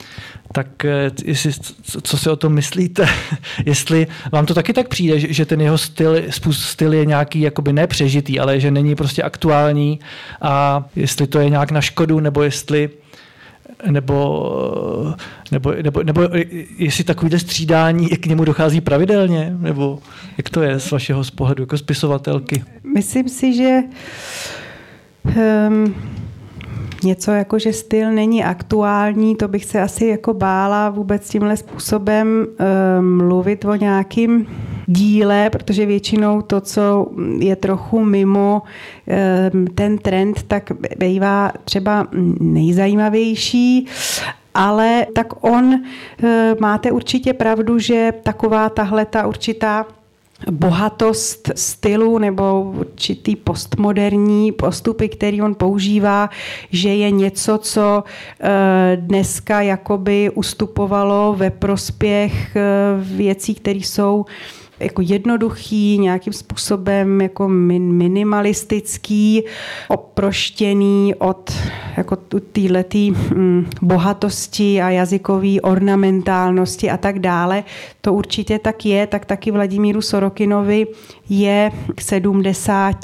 co si o tom myslíte? Jestli vám to taky tak přijde, že ten jeho styl je nějaký jakoby nepřežitý, ale že není prostě aktuální, a jestli to je nějak na škodu, nebo jestli nebo jestli takovýhle střídání k němu dochází pravidelně, nebo jak to je z vašeho pohledu jako spisovatelky? Myslím si, že něco jako, že styl není aktuální, to bych se asi jako bála vůbec tímhle způsobem mluvit o nějakým díle, protože většinou to, co je trochu mimo ten trend, tak bývá třeba nejzajímavější. Ale tak máte určitě pravdu, že taková tahleta určitá bohatost stylu nebo určitý postmoderní postupy, který on používá, že je něco, co dneska jakoby ustupovalo ve prospěch věcí, které jsou jako jednoduchý, nějakým způsobem jako minimalistický, oproštěný od jako téhletý bohatosti a jazykové ornamentálnosti a tak dále. To určitě tak je, tak taky Vladimíru Sorokinovi je k 70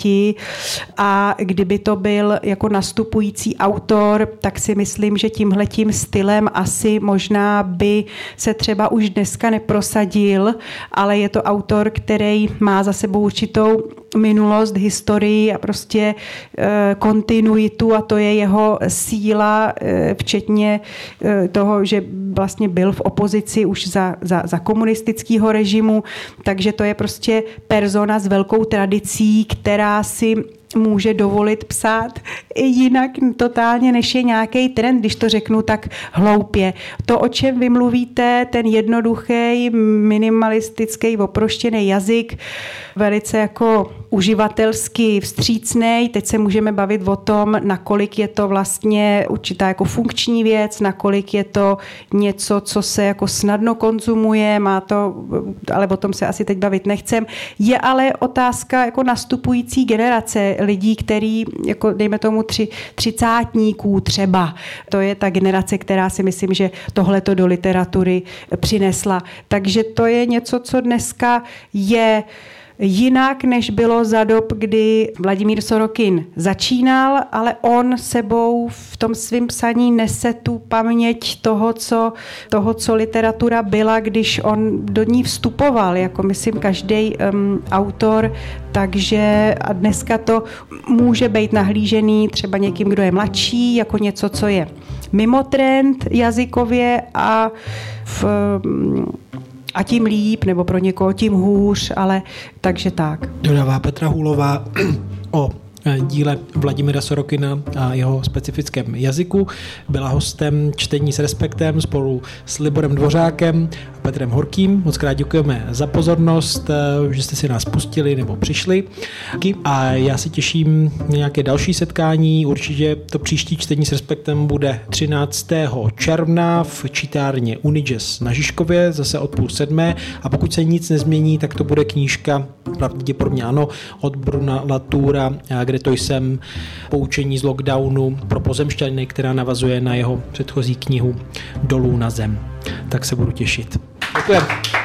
a kdyby to byl jako nastupující autor, tak si myslím, že tímhletím stylem asi možná by se třeba už dneska neprosadil, ale je to autor, který má za sebou určitou minulost, historii a prostě kontinuitu, a to je jeho síla, včetně toho, že vlastně byl v opozici už za komunistického režimu, takže to je prostě persona s velkou tradicí, která si může dovolit psát jinak totálně, než je nějaký trend, když to řeknu tak hloupě. To, o čem vy mluvíte, ten jednoduchý, minimalistický, oproštěný jazyk, velice jako uživatelsky vstřícnej. Teď se můžeme bavit o tom, nakolik je to vlastně určitá jako funkční věc, nakolik je to něco, co se jako snadno konzumuje, má to, ale o tom se asi teď bavit nechcem. Je ale otázka jako nastupující generace lidí, který, jako dejme tomu třicátníků třeba. To je ta generace, která si myslím, že tohleto do literatury přinesla. Takže to je něco, co dneska je jinak, než bylo za dob, kdy Vladimír Sorokin začínal, ale on sebou v tom svým psaní nese tu paměť toho, co literatura byla, když on do ní vstupoval, jako myslím každý autor, takže a dneska to může být nahlížený třeba někým, kdo je mladší, jako něco, co je mimo trend jazykově a tím líp, nebo pro někoho tím hůř, ale takže tak. Dodává Petra Hůlová o díle Vladimíra Sorokina a jeho specifickém jazyku. Byla hostem Čtení s respektem spolu s Liborem Dvořákem a Petrem Horkým. Moc krát děkujeme za pozornost, že jste si nás pustili nebo přišli. A já si těším na nějaké další setkání. Určitě to příští Čtení s respektem bude 13. června v čítárně Unijazz na Žižkově, zase od 6:30. A pokud se nic nezmění, tak to bude knížka, pravděpodobně ano, od Bruna Latoura, Kde to jsem, poučení z lockdownu pro pozemšťany, která navazuje na jeho předchozí knihu Dolů na zem. Tak se budu těšit. Děkujeme.